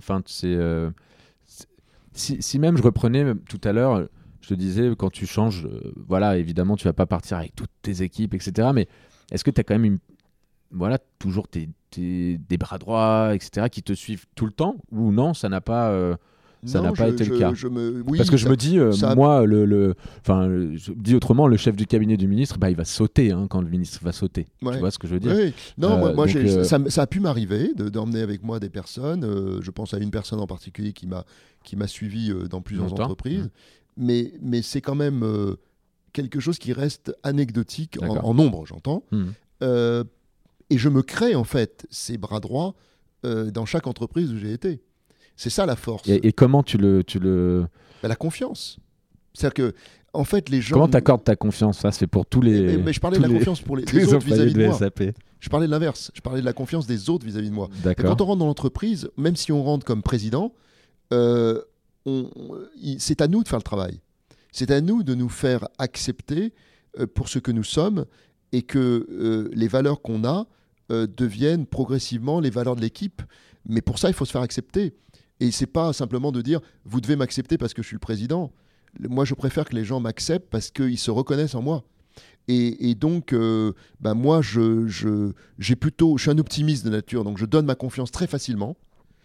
Si même je reprenais tout à l'heure, je te disais, quand tu changes, voilà, évidemment, tu vas pas partir avec toutes tes équipes, etc. Mais est-ce que tu as quand même toujours des bras droits, etc., qui te suivent tout le temps? Ou non, ça n'a pas... Ça n'a pas été le cas. Parce que je me dis, moi, je dis autrement, le chef du cabinet du ministre, il va sauter quand le ministre va sauter. Ouais. Tu vois ce que je veux dire? Oui. Non, ça a pu m'arriver d'emmener avec moi des personnes. Je pense à une personne en particulier qui m'a suivi dans plusieurs entreprises. Mais c'est quand même quelque chose qui reste anecdotique, en nombre, j'entends. Et je me crée, en fait, ces bras droits dans chaque entreprise où j'ai été. C'est ça la force. Et comment tu le... La confiance. C'est-à-dire que, en fait, les gens... Comment t'accordes ta confiance? Ça, c'est pour tous les... Mais je parlais de la confiance pour les autres vis-à-vis de moi. Je parlais de l'inverse. Je parlais de la confiance des autres vis-à-vis de moi. Et quand on rentre dans l'entreprise, même si on rentre comme président, c'est à nous de faire le travail. C'est à nous de nous faire accepter pour ce que nous sommes, et que les valeurs qu'on a deviennent progressivement les valeurs de l'équipe. Mais pour ça, il faut se faire accepter. Et c'est pas simplement de dire « vous devez m'accepter parce que je suis le président ». Moi, je préfère que les gens m'acceptent parce qu'ils se reconnaissent en moi. Et donc, moi, je suis un optimiste de nature, donc je donne ma confiance très facilement.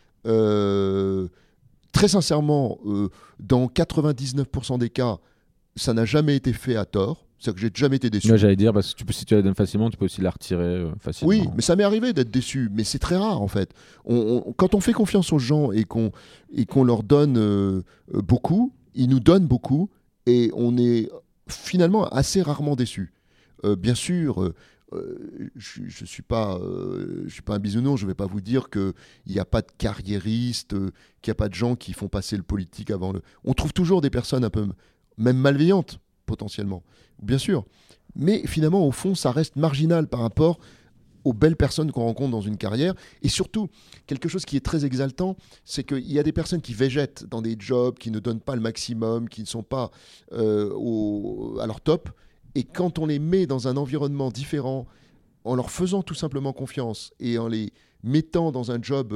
Très sincèrement, dans 99% des cas, ça n'a jamais été fait à tort. C'est-à-dire que j'ai jamais été déçu. Ouais, j'allais dire, si tu la donnes facilement, tu peux aussi la retirer facilement. Oui, mais ça m'est arrivé d'être déçu, mais c'est très rare en fait. Quand on fait confiance aux gens et qu'on leur donne beaucoup, ils nous donnent beaucoup, et on est finalement assez rarement déçu. Bien sûr, je suis pas un bisounours, je vais pas vous dire qu'il n'y a pas de carriéristes, qu'il n'y a pas de gens qui font passer le politique avant le... On trouve toujours des personnes un peu, même malveillantes, potentiellement, bien sûr. Mais finalement, au fond, ça reste marginal par rapport aux belles personnes qu'on rencontre dans une carrière. Et surtout, quelque chose qui est très exaltant, c'est qu'il y a des personnes qui végètent dans des jobs, qui ne donnent pas le maximum, qui ne sont pas à leur top. Et quand on les met dans un environnement différent, en leur faisant tout simplement confiance et en les mettant dans un job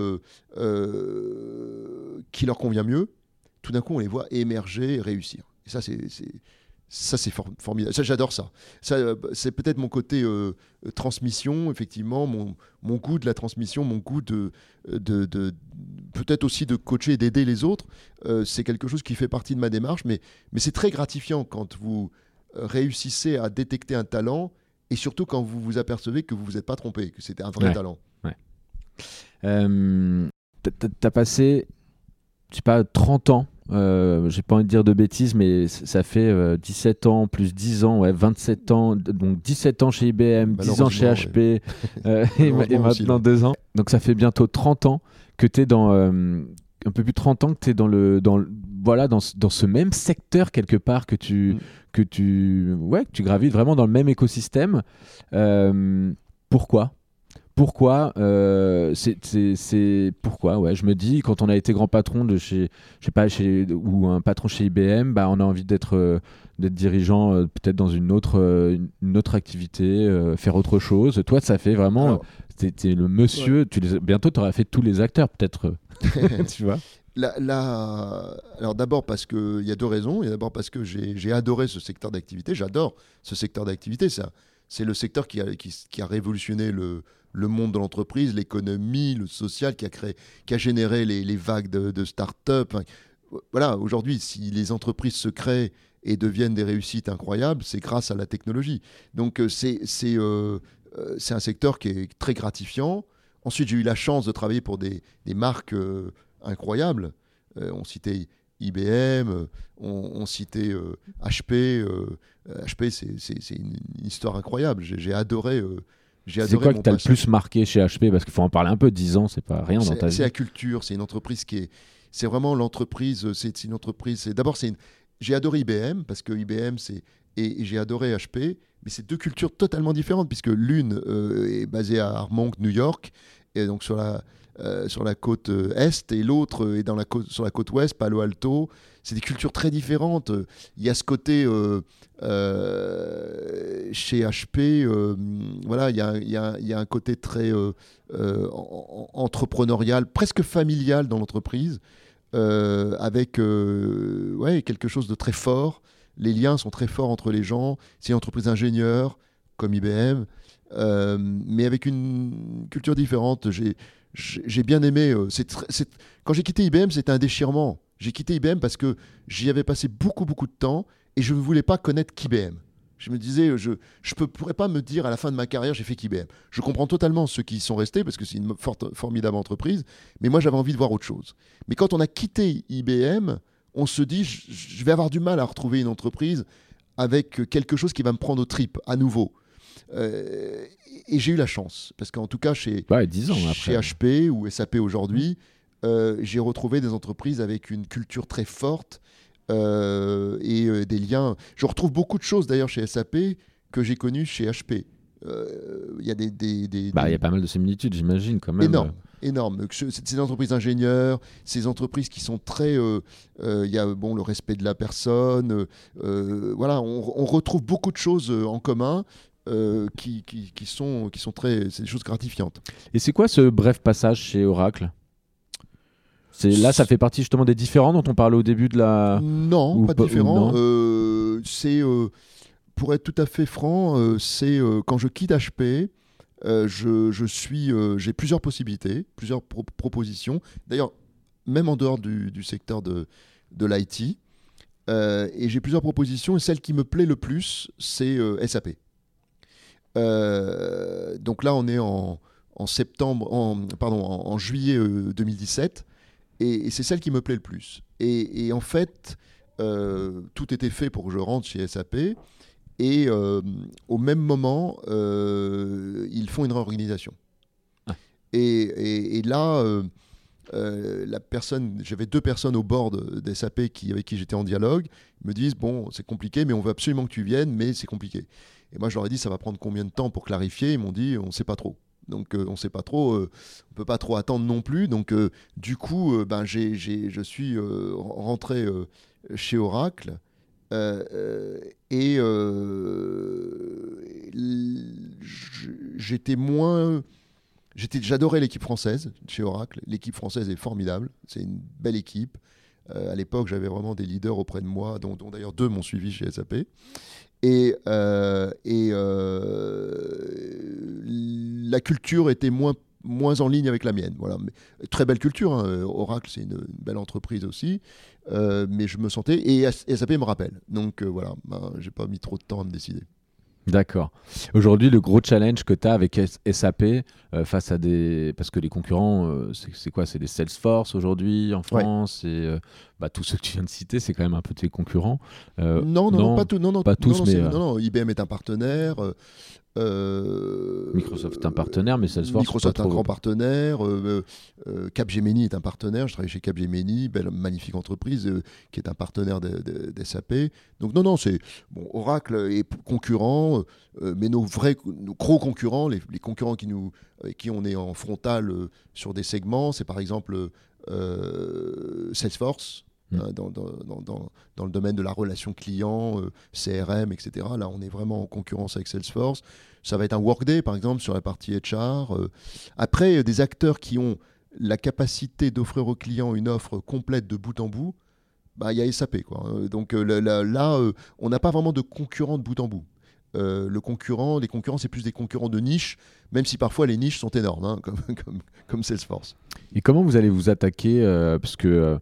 qui leur convient mieux, tout d'un coup, on les voit émerger et réussir. Et ça, Ça, c'est formidable. Ça, j'adore ça. C'est peut-être mon côté transmission, effectivement, mon goût de la transmission, mon goût de peut-être aussi de coacher et d'aider les autres. C'est quelque chose qui fait partie de ma démarche, mais c'est très gratifiant quand vous réussissez à détecter un talent et surtout quand vous vous apercevez que vous vous êtes pas trompé, que c'était un vrai talent. Ouais. T'as passé, je sais pas, 30 ans. J'ai pas envie de dire de bêtises, mais ça fait 17 ans plus 10 ans, 27 ans, donc 17 ans chez IBM, 10 ans chez HP et maintenant aussi, 2 ans. Donc ça fait bientôt 30 ans que tu es dans un peu plus de 30 ans que tu es dans ce même secteur quelque part que tu gravites vraiment dans le même écosystème. Pourquoi pourquoi pourquoi je me dis quand on a été grand patron de ou un patron chez IBM, bah on a envie d'être dirigeant peut-être dans une autre activité, faire autre chose. Toi ça fait vraiment t'es le monsieur, bientôt tu auras fait tous les acteurs peut-être. Tu vois. Alors d'abord parce qu'il y a deux raisons. Et d'abord parce que j'ai adoré ce secteur d'activité. J'adore ce secteur d'activité. C'est le secteur qui a révolutionné le monde de l'entreprise, l'économie, le social, qui a généré les vagues de start-up. Enfin, voilà, aujourd'hui, si les entreprises se créent et deviennent des réussites incroyables, c'est grâce à la technologie. Donc c'est un secteur qui est très gratifiant. Ensuite, j'ai eu la chance de travailler pour des marques incroyables. On citait IBM, on citait HP. HP, c'est une histoire incroyable. J'ai adoré. C'est quoi que tu as le plus marqué chez HP? Parce qu'il faut en parler un peu, 10 ans, c'est pas rien dans ta vie. C'est la culture, c'est une entreprise c'est vraiment l'entreprise, c'est une entreprise. D'abord, j'ai adoré IBM, parce que IBM, et j'ai adoré HP, mais c'est deux cultures totalement différentes, puisque l'une est basée à Armonk, New York, et donc sur la côte est, et l'autre est sur la côte ouest, Palo Alto. C'est des cultures très différentes. Il y a ce côté chez HP, voilà, il y a un côté très entrepreneurial, presque familial dans l'entreprise, avec quelque chose de très fort. Les liens sont très forts entre les gens. C'est une entreprise d'ingénieurs comme IBM, mais avec une culture différente. J'ai bien aimé. Quand j'ai quitté IBM, c'était un déchirement. J'ai quitté IBM parce que j'y avais passé beaucoup, beaucoup de temps et je ne voulais pas connaître qu'IBM. Je me disais, je ne pourrais pas me dire à la fin de ma carrière, j'ai fait qu'IBM. Je comprends totalement ceux qui y sont restés parce que c'est une formidable entreprise, mais moi j'avais envie de voir autre chose. Mais quand on a quitté IBM, on se dit, je vais avoir du mal à retrouver une entreprise avec quelque chose qui va me prendre aux tripes à nouveau. Et j'ai eu la chance, parce qu'en tout cas chez 10 ans chez HP ou SAP aujourd'hui, j'ai retrouvé des entreprises avec une culture très forte et des liens. Je retrouve beaucoup de choses d'ailleurs chez SAP que j'ai connues chez HP. Il y a il y a pas mal de similitudes, j'imagine, quand même. Énorme. Ces entreprises d'ingénieurs, ces entreprises qui sont très... il y a le respect de la personne. Voilà, on retrouve beaucoup de choses en commun. Qui sont très... C'est des choses gratifiantes. Et c'est quoi ce bref passage chez Oracle? Là, ça fait partie justement des différents dont on parlait au début de la... Non, pas différents. Pour être tout à fait franc, c'est quand je quitte HP, j'ai plusieurs possibilités, plusieurs propositions. D'ailleurs, même en dehors du secteur de l'IT. Et j'ai plusieurs propositions. Et celle qui me plaît le plus, c'est SAP. Donc là, on est en juillet 2017, et c'est celle qui me plaît le plus. Et en fait, tout était fait pour que je rentre chez SAP, et au même moment, ils font une réorganisation. Et là, j'avais 2 personnes au board de SAP avec qui j'étais en dialogue, me disent, bon, c'est compliqué, mais on veut absolument que tu viennes, mais c'est compliqué. Et moi, je leur ai dit, ça va prendre combien de temps pour clarifier? Ils m'ont dit, on ne sait pas trop. Donc, on ne sait pas trop, on ne peut pas trop attendre non plus. Donc, du coup, je suis rentré chez Oracle. J'adorais l'équipe française chez Oracle. L'équipe française est formidable. C'est une belle équipe. À l'époque, j'avais vraiment des leaders auprès de moi, dont d'ailleurs 2 m'ont suivi chez SAP. La culture était moins en ligne avec la mienne. Voilà. Mais, très belle culture, hein. Oracle, c'est une belle entreprise aussi. Mais je me sentais... Et SAP me rappelle. Donc voilà, j'ai pas mis trop de temps à me décider. D'accord. Aujourd'hui, le gros challenge que tu as avec SAP face à des... Parce que les concurrents, c'est quoi? C'est des Salesforce aujourd'hui en France et tous ceux que tu viens de citer, c'est quand même un peu tes concurrents. Non, pas tout. Pas tous, mais... Non, IBM est un partenaire. Microsoft est un partenaire, mais Salesforce, Microsoft est un grand partenaire. Capgemini est un partenaire. Je travaille chez Capgemini, belle, magnifique entreprise qui est un partenaire de SAP. Donc non, c'est Oracle est concurrent, mais nos gros concurrents, les concurrents avec qui on est en frontal sur des segments, c'est par exemple Salesforce. Dans le domaine de la relation client, CRM, etc. Là, on est vraiment en concurrence avec Salesforce. Ça va être un Workday, par exemple, sur la partie HR. Après, des acteurs qui ont la capacité d'offrir aux clients une offre complète de bout en bout, il y a SAP, quoi. Donc là, on n'a pas vraiment de concurrents de bout en bout. Les concurrents, c'est plus des concurrents de niche, même si parfois les niches sont énormes, hein, comme Salesforce. Et comment vous allez vous attaquer parce que...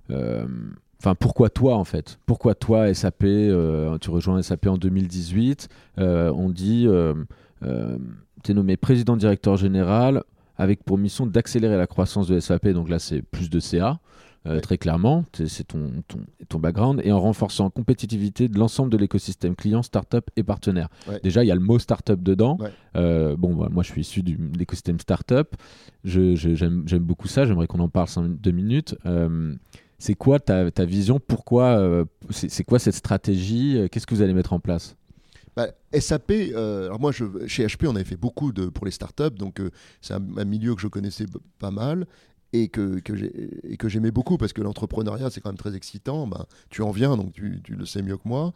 pourquoi toi en fait? Pourquoi toi SAP? Tu rejoins SAP en 2018. On dit tu es nommé président directeur général avec pour mission d'accélérer la croissance de SAP. Donc là c'est plus de CA, très clairement. C'est ton background. Et en renforçant la compétitivité de l'ensemble de l'écosystème client, start-up et partenaire. Ouais. Déjà il y a le mot start-up dedans. Ouais. Moi je suis issu de l'écosystème start-up. J'aime beaucoup ça. J'aimerais qu'on en parle 2 minutes. C'est quoi ta vision? Pourquoi c'est quoi cette stratégie? Qu'est-ce que vous allez mettre en place? SAP, alors moi chez HP on avait fait beaucoup pour les startups, donc c'est un milieu que je connaissais pas mal et que j'aimais beaucoup parce que l'entrepreneuriat c'est quand même très excitant. Tu en viens, donc tu le sais mieux que moi.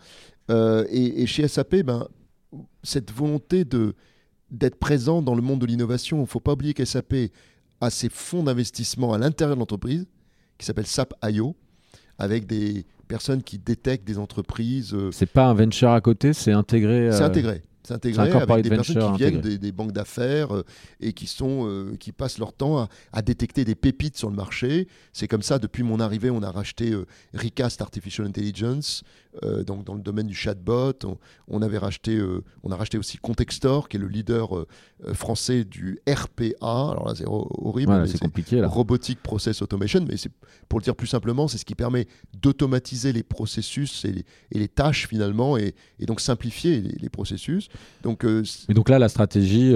Et chez SAP, cette volonté d'être présent dans le monde de l'innovation, il ne faut pas oublier que SAP a ses fonds d'investissement à l'intérieur de l'entreprise qui s'appelle SAP.io, avec des personnes qui détectent des entreprises. C'est pas un venture à côté, c'est intégré. C'est intégré. C'est intégré avec des personnes qui viennent des banques d'affaires et qui passent leur temps à détecter des pépites sur le marché. C'est comme ça, depuis mon arrivée, on a racheté Recast Artificial Intelligence, donc dans le domaine du chatbot. On a racheté aussi Contextor, qui est le leader français du RPA. Alors là, c'est horrible. Ouais, c'est compliqué. Là. Robotic Process Automation. Mais pour le dire plus simplement, c'est ce qui permet d'automatiser les processus et les tâches finalement, et donc simplifier les processus. Et donc là, la stratégie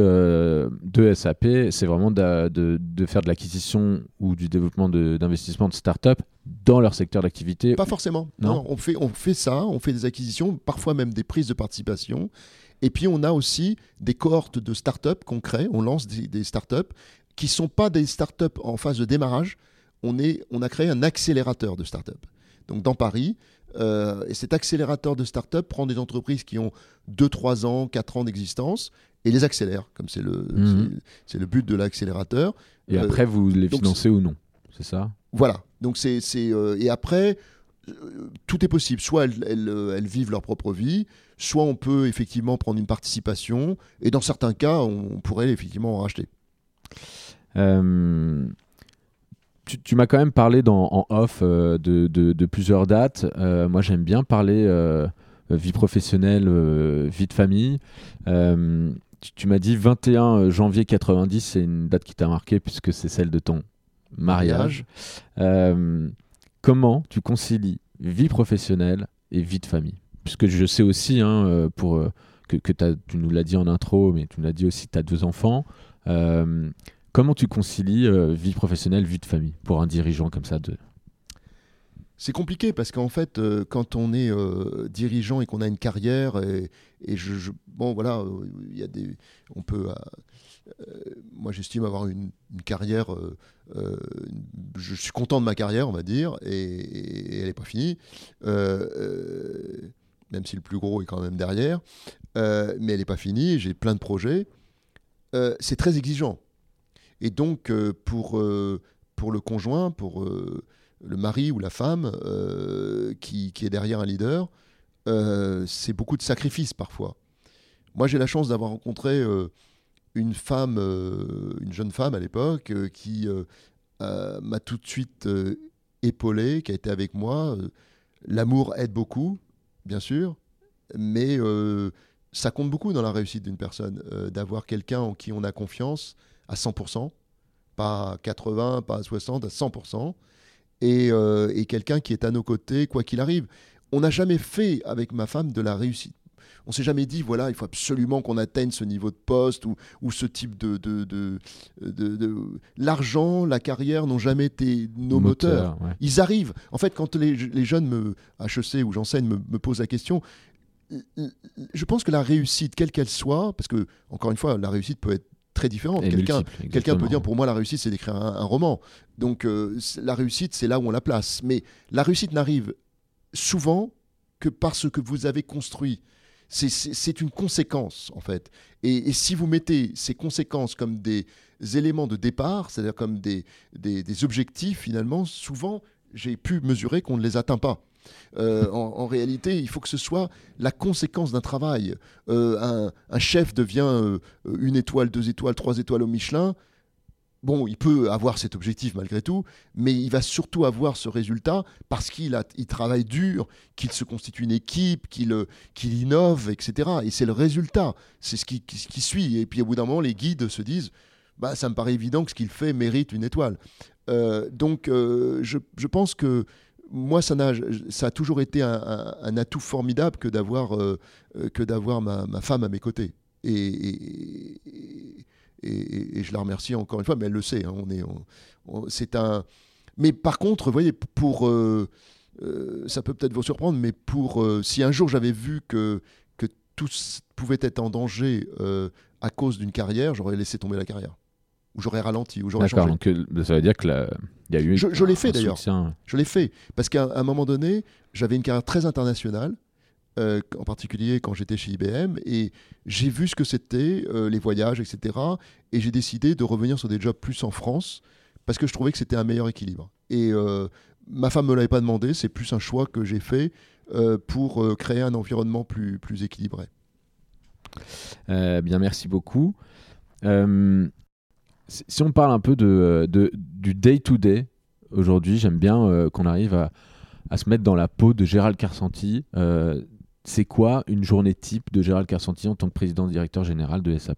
de SAP, c'est vraiment de faire de l'acquisition ou du développement d'investissement de start-up dans leur secteur d'activité. Pas forcément. Non, on fait ça, on fait des acquisitions, parfois même des prises de participation. Et puis on a aussi des cohortes de start-up qu'on crée. On lance des start-up qui ne sont pas des start-up en phase de démarrage. On a créé un accélérateur de start-up. Donc dans Paris. Et cet accélérateur de start-up prend des entreprises qui ont 2, 3 ans, 4 ans d'existence et les accélère, comme c'est le but de l'accélérateur. Et après, vous les financez ou non, c'est ça? Voilà. Donc et après, tout est possible. Soit elles vivent leur propre vie, soit on peut effectivement prendre une participation, et dans certains cas, on pourrait effectivement en racheter. Tu m'as quand même parlé en off de plusieurs dates. Moi, j'aime bien parler vie professionnelle, vie de famille. Tu m'as dit 21 janvier 90, c'est une date qui t'a marqué puisque c'est celle de ton mariage. Comment tu concilies vie professionnelle et vie de famille? Puisque je sais aussi que tu nous l'as dit en intro, mais tu nous l'as dit aussi, tu as 2 enfants. Comment tu concilies vie professionnelle, vie de famille pour un dirigeant comme ça C'est compliqué parce qu'en fait, quand on est dirigeant et qu'on a une carrière, on peut. Moi, j'estime avoir une carrière. Je suis content de ma carrière, on va dire, et elle n'est pas finie, même si le plus gros est quand même derrière. Mais elle n'est pas finie. J'ai plein de projets. C'est très exigeant. Et donc, pour le conjoint, le mari ou la femme qui est derrière un leader, c'est beaucoup de sacrifices parfois. Moi, j'ai la chance d'avoir rencontré une jeune femme à l'époque, qui m'a tout de suite épaulé, qui a été avec moi. L'amour aide beaucoup, bien sûr, mais ça compte beaucoup dans la réussite d'une personne, d'avoir quelqu'un en qui on a confiance à 100%, pas à 80, pas à 60, à 100%, et quelqu'un qui est à nos côtés, quoi qu'il arrive. On n'a jamais fait avec ma femme de la réussite. On s'est jamais dit, voilà, il faut absolument qu'on atteigne ce niveau de poste ou ce type L'argent, la carrière n'ont jamais été nos moteurs. Ouais. Ils arrivent. En fait, quand les jeunes HEC où j'enseigne me posent la question, je pense que la réussite, quelle qu'elle soit, parce que, encore une fois, la réussite peut être très différente. Quelqu'un peut dire, pour moi, la réussite, c'est d'écrire un roman. Donc, la réussite, c'est là où on la place. Mais la réussite n'arrive souvent que parce que vous avez construit. C'est une conséquence, en fait. Et si vous mettez ces conséquences comme des éléments de départ, c'est-à-dire comme des objectifs, finalement, souvent, j'ai pu mesurer qu'on ne les atteint pas. En réalité, il faut que ce soit la conséquence d'un travail. Un chef devient 1 étoile, 2 étoiles, 3 étoiles au Michelin. Bon, il peut avoir cet objectif malgré tout, mais il va surtout avoir ce résultat parce qu'il travaille dur, qu'il se constitue une équipe, qu'il innove, etc. Et c'est le résultat, c'est ce qui suit. Et puis au bout d'un moment, les guides se disent, bah, ça me paraît évident que ce qu'il fait mérite 1 étoile. Donc je pense que moi, ça a toujours été un atout formidable que d'avoir ma femme à mes côtés. Et je la remercie encore une fois, mais elle le sait. Hein, Mais par contre, vous voyez, ça peut peut-être vous surprendre, mais si un jour j'avais vu que tout pouvait être en danger à cause d'une carrière, j'aurais laissé tomber la carrière. Ou j'aurais ralenti, ou j'aurais changé. D'accord, donc ça veut dire qu'il y a eu je l'ai fait d'ailleurs. Soutien. Je l'ai fait. Parce qu'à un moment donné, j'avais une carrière très internationale. En particulier quand j'étais chez IBM, et j'ai vu ce que c'était, les voyages, etc. Et j'ai décidé de revenir sur des jobs plus en France, parce que je trouvais que c'était un meilleur équilibre. Et ma femme ne me l'avait pas demandé, c'est plus un choix que j'ai fait pour créer un environnement plus équilibré. Bien, merci beaucoup. Si on parle un peu du day-to-day, aujourd'hui, j'aime bien qu'on arrive à se mettre dans la peau de Gérald Karsanti. C'est quoi une journée type de Gérald Karsanti en tant que président-directeur général de SAP ?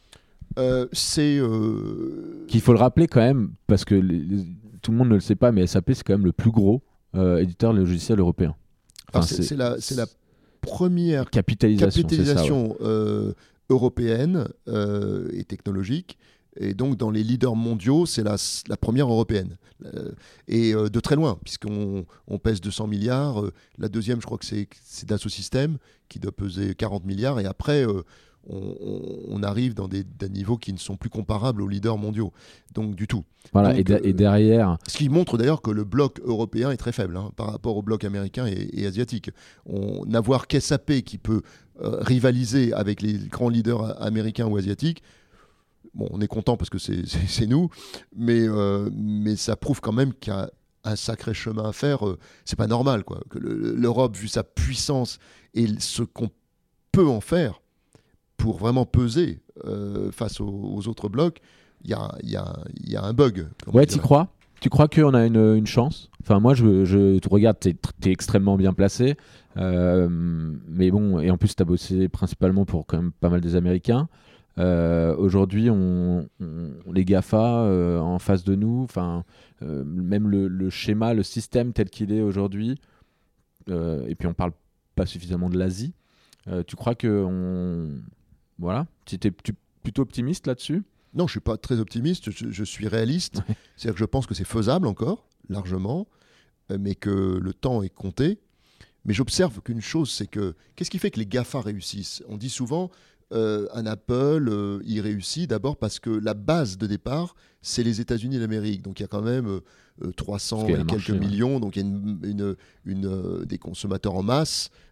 Qu'il faut le rappeler quand même, parce que tout le monde ne le sait pas, mais SAP, c'est quand même le plus gros éditeur de logiciels européen. Enfin, c'est la première capitalisation européenne et technologique. Et donc, dans les leaders mondiaux, c'est la première européenne. Et de très loin, puisqu'on pèse 200 milliards. La deuxième, je crois que c'est Dassault Systèmes, qui doit peser 40 milliards. Et après, on arrive dans des niveaux qui ne sont plus comparables aux leaders mondiaux. Donc, du tout. Voilà, donc, et derrière... Ce qui montre d'ailleurs que le bloc européen est très faible par rapport au bloc américain et asiatique. N'avoir qu'SAP qui peut rivaliser avec les grands leaders américains ou asiatiques. Bon, on est content parce que c'est nous, mais ça prouve quand même qu'il y a un sacré chemin à faire. C'est pas normal, quoi, que l'Europe, vu sa puissance et ce qu'on peut en faire pour vraiment peser face aux autres blocs, il y a un bug. Ouais, t'y crois ? Tu crois qu'on a une chance ? Enfin, moi, je te regarde, t'es extrêmement bien placé, mais bon, et en plus, t'as bossé principalement pour quand même pas mal des Américains. Aujourd'hui, les GAFA en face de nous, même le schéma, le système tel qu'il est aujourd'hui, et puis on parle pas suffisamment de l'Asie. Tu crois que voilà, tu es plutôt optimiste là-dessus ? Non, je suis pas très optimiste. Je suis réaliste. C'est-à-dire que je pense que c'est faisable encore, largement, mais que le temps est compté. Mais j'observe qu'une chose, c'est que qu'est-ce qui fait que les GAFA réussissent ? On dit souvent. Un Apple, il réussit d'abord parce que la base de départ, c'est les États-Unis d'Amérique. Donc il y a quand même 300 et quelques millions. Donc il y a des consommateurs en masse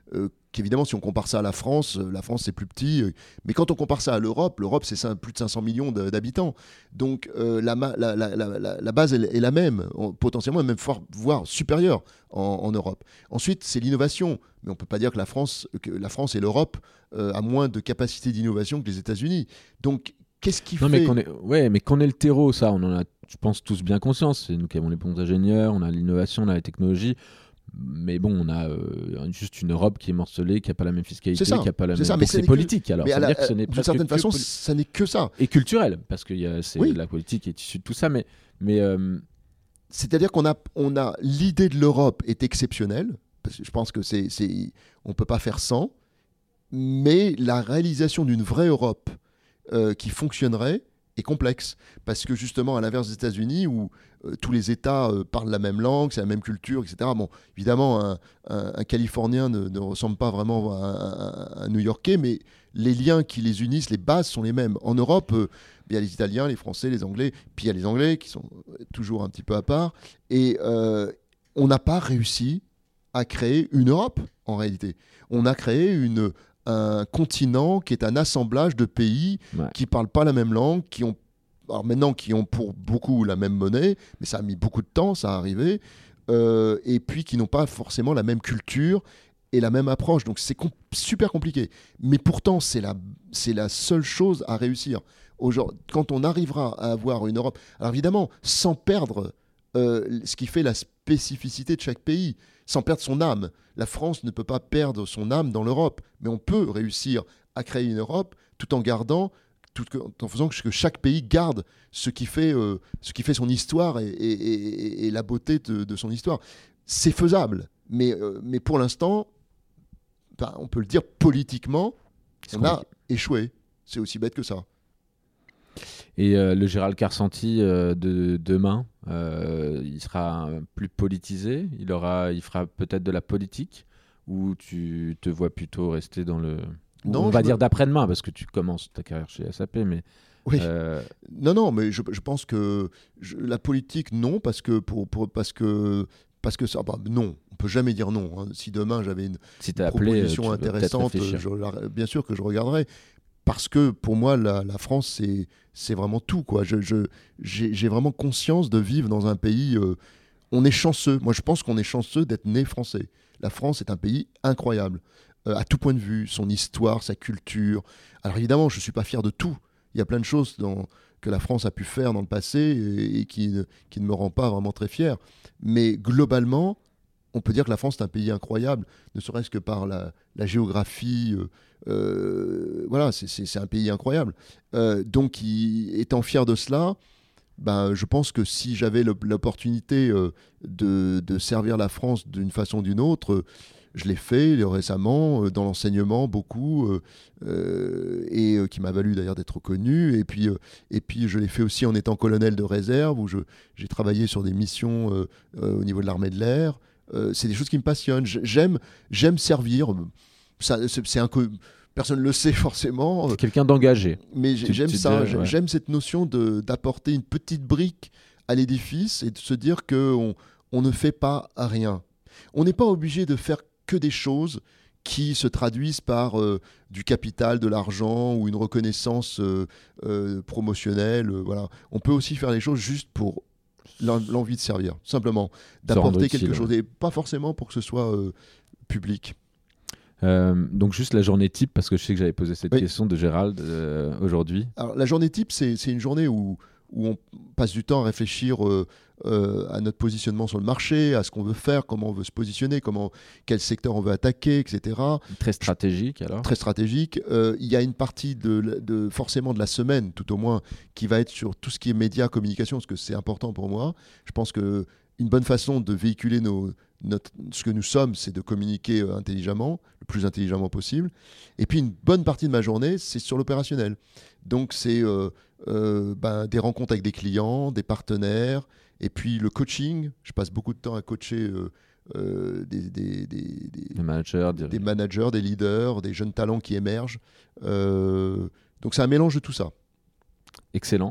qu'évidemment, si on compare ça à la France c'est plus petit. Mais quand on compare ça à l'Europe c'est plus de 500 millions d'habitants. Donc la base est la même, potentiellement même voire supérieure en Europe. Ensuite, c'est l'innovation. Mais on ne peut pas dire que la France et l'Europe a moins de capacité d'innovation que les États-Unis. Donc, qu'est-ce qui fait... Mais qu'on ait le terreau, ça, on en a, je pense, tous bien conscience. C'est nous qui avons les bons ingénieurs, on a l'innovation, on a la technologie. Mais bon, on a juste une Europe qui est morcelée, qui n'a pas la même fiscalité, qui n'a pas la même... Ça, mais c'est politique, alors. Mais d'une certaine façon, ça n'est que ça. Et culturel, parce que la politique est issue de tout ça, mais c'est-à-dire qu'on a l'idée de l'Europe est exceptionnelle, parce que je pense que on ne peut pas faire sans, mais la réalisation d'une vraie Europe qui fonctionnerait est complexe, parce que justement, à l'inverse des États-Unis, où tous les États parlent la même langue, c'est la même culture, etc. Bon, évidemment, un Californien ne ressemble pas vraiment à un New-Yorkais, mais les liens qui les unissent, les bases sont les mêmes. En Europe, il y a les Italiens, les Français, les Anglais, puis il y a les Anglais qui sont toujours un petit peu à part, et on n'a pas réussi à créer une Europe, en réalité. On a créé un continent qui est un assemblage de pays qui ne parlent pas la même langue, qui ont pour beaucoup la même monnaie, mais ça a mis beaucoup de temps, ça a arrivé, et puis qui n'ont pas forcément la même culture et la même approche. Donc c'est super compliqué. Mais pourtant, c'est la seule chose à réussir. Quand on arrivera à avoir une Europe, alors évidemment, sans perdre ce qui fait la spécificité de chaque pays, sans perdre son âme. La France ne peut pas perdre son âme dans l'Europe, mais on peut réussir à créer une Europe tout en faisant que chaque pays garde ce qui fait son histoire et la beauté de son histoire. C'est faisable, mais pour l'instant, on peut le dire politiquement, on a échoué. C'est aussi bête que ça. Et le Gérald Carsanti de demain, il sera plus politisé, il fera peut-être de la politique, ou tu te vois plutôt rester dans le... Non, on va dire d'après-demain, parce que tu commences ta carrière chez SAP, mais... Oui. Non, mais je pense que la politique, non, parce que ça... non, on peut jamais dire non. Hein. Si demain j'avais une proposition intéressante, bien sûr que je regarderais. Parce que pour moi, la France, c'est vraiment tout, quoi. J'ai vraiment conscience de vivre dans un pays... on est chanceux. Moi, je pense qu'on est chanceux d'être né français. La France est un pays incroyable, à tout point de vue. Son histoire, sa culture. Alors évidemment, je ne suis pas fier de tout. Il y a plein de choses que la France a pu faire dans le passé et qui ne me rend pas vraiment très fier. Mais globalement, on peut dire que la France est un pays incroyable, ne serait-ce que par la géographie. Voilà, c'est un pays incroyable. Donc, étant fier de cela, je pense que si j'avais l'opportunité de servir la France d'une façon ou d'une autre, je l'ai fait récemment dans l'enseignement beaucoup et qui m'a valu d'ailleurs d'être reconnu. Et puis je l'ai fait aussi en étant colonel de réserve où j'ai travaillé sur des missions au niveau de l'armée de l'air. C'est des choses qui me passionnent. J'aime servir. Personne ne le sait forcément. C'est quelqu'un d'engagé. Mais j'aime ça. J'aime cette notion d'apporter une petite brique à l'édifice et de se dire qu'on ne fait pas rien. On n'est pas obligé de faire que des choses qui se traduisent par du capital, de l'argent ou une reconnaissance promotionnelle. Voilà. On peut aussi faire les choses juste pour l'envie de servir, simplement, d'apporter quelque chose, et pas forcément pour que ce soit public. Donc juste la journée type, parce que je sais que j'avais posé cette question de Gérald aujourd'hui. Alors la journée type, c'est une journée où on passe du temps à réfléchir à notre positionnement sur le marché, à ce qu'on veut faire, comment on veut se positionner, quel secteur on veut attaquer, etc. Très stratégique alors. Très stratégique. Il y a une partie forcément de la semaine, tout au moins, qui va être sur tout ce qui est médias, communication, parce que c'est important pour moi. Je pense qu'une bonne façon de véhiculer ce que nous sommes, c'est de communiquer intelligemment, le plus intelligemment possible. Et puis une bonne partie de ma journée, c'est sur l'opérationnel. Donc c'est des rencontres avec des clients, des partenaires, et puis le coaching. Je passe beaucoup de temps à coacher des managers, des leaders, des jeunes talents qui émergent. Donc c'est un mélange de tout ça. Excellent.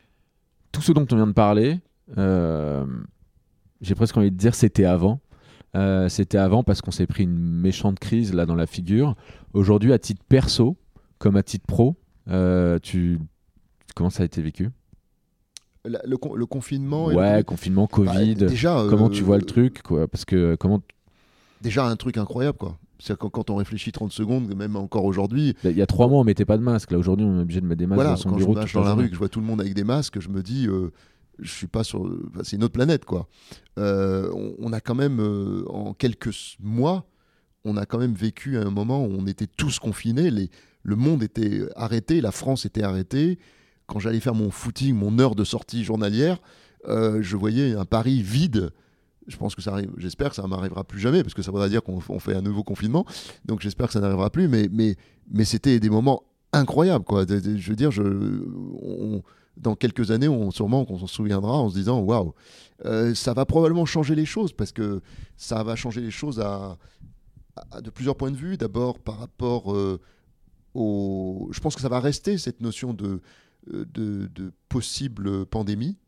Tout ce dont on vient de parler, j'ai presque envie de dire c'était avant. C'était avant parce qu'on s'est pris une méchante crise là dans la figure. Aujourd'hui, à titre perso, comme à titre pro, comment ça a été vécu? Le confinement Ouais, confinement, Covid. Déjà, comment tu vois le truc, quoi? Parce que déjà un truc incroyable, quoi. C'est quand on réfléchit 30 secondes, même encore aujourd'hui. Il y a 3 mois, on mettait pas de masque. Là, aujourd'hui, on est obligé de mettre des masques dans son bureau. Quand je marche dans la rue, que je vois tout le monde avec des masques, je me dis, je suis pas sur. Enfin, c'est une autre planète, quoi. On a quand même, en quelques mois, on a quand même vécu à un moment où on était tous confinés. Le monde était arrêté, la France était arrêtée. Quand j'allais faire mon footing, mon heure de sortie journalière, je voyais un Paris vide. Je pense que ça arrive. J'espère que ça m'arrivera plus jamais, parce que ça voudrait dire qu'on fait un nouveau confinement. Donc j'espère que ça n'arrivera plus. Mais c'était des moments incroyables, quoi. Je veux dire, dans quelques années, sûrement qu'on s'en souviendra en se disant waouh, ça va probablement changer les choses, parce que ça va changer les choses de plusieurs points de vue. D'abord par rapport je pense que ça va rester cette notion de possible pandémie.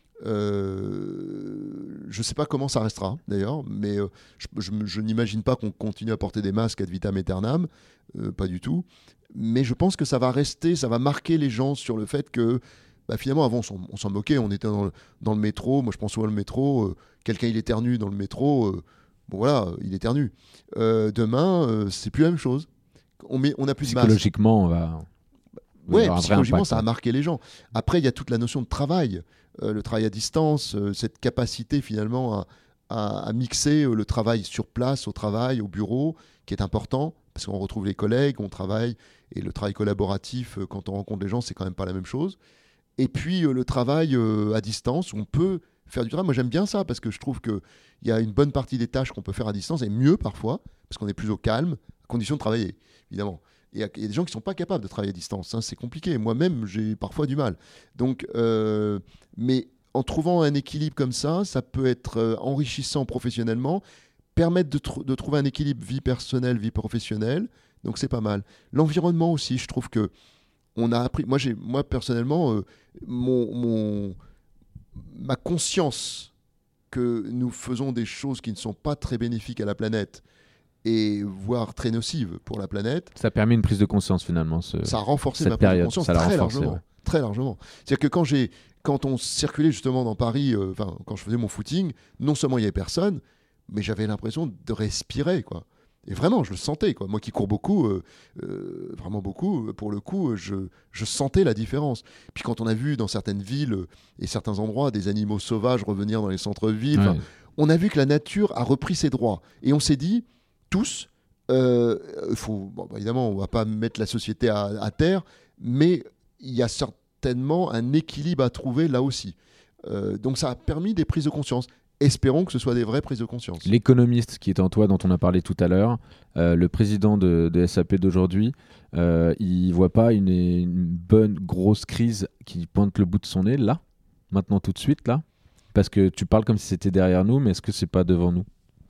Je ne sais pas comment ça restera d'ailleurs, mais je n'imagine pas qu'on continue à porter des masques ad vitam aeternam, pas du tout. Mais je pense que ça va rester, ça va marquer les gens sur le fait que finalement avant on s'en moquait, on était dans le métro, moi je pense souvent le métro, quelqu'un il éternue dans le métro, bon voilà, il éternue. Demain, c'est plus la même chose. On n'a plus de masque. Psychologiquement, on va... Ouais, psychologiquement, ça a marqué les gens. Après, il y a toute la notion de travail, le travail à distance, cette capacité finalement à mixer le travail sur place, au travail, au bureau, qui est important, parce qu'on retrouve les collègues, on travaille, et le travail collaboratif, quand on rencontre les gens, c'est quand même pas la même chose. Et puis le travail à distance, où on peut faire du travail. Moi, j'aime bien ça, parce que je trouve qu'il y a une bonne partie des tâches qu'on peut faire à distance, et mieux parfois, parce qu'on est plus au calme, à condition de travailler, évidemment. Il y a des gens qui ne sont pas capables de travailler à distance. Hein, c'est compliqué. Moi-même, j'ai parfois du mal. Donc, mais en trouvant un équilibre comme ça peut être enrichissant professionnellement, permettre de trouver un équilibre vie personnelle, vie professionnelle. Donc, c'est pas mal. L'environnement aussi, je trouve que on a appris. Moi personnellement, ma conscience que nous faisons des choses qui ne sont pas très bénéfiques à la planète, et voire très nocive pour la planète. Ça permet une prise de conscience finalement. Ça a renforcé ma prise de conscience très largement. C'est-à-dire que quand on circulait justement dans Paris, quand je faisais mon footing, non seulement il n'y avait personne, mais j'avais l'impression de respirer, quoi. Et vraiment, je le sentais, quoi. Moi qui cours beaucoup, vraiment beaucoup, pour le coup, je sentais la différence. Puis quand on a vu dans certaines villes et certains endroits des animaux sauvages revenir dans les centres-villes, on a vu que la nature a repris ses droits. Et on s'est dit, tous, évidemment, on ne va pas mettre la société à terre, mais il y a certainement un équilibre à trouver là aussi. Donc ça a permis des prises de conscience. Espérons que ce soit des vraies prises de conscience. L'économiste qui est en toi, dont on a parlé tout à l'heure, le président de SAP d'aujourd'hui, il ne voit pas une bonne grosse crise qui pointe le bout de son nez, là, maintenant tout de suite, là? Parce que tu parles comme si c'était derrière nous, mais est-ce que c'est pas devant nous?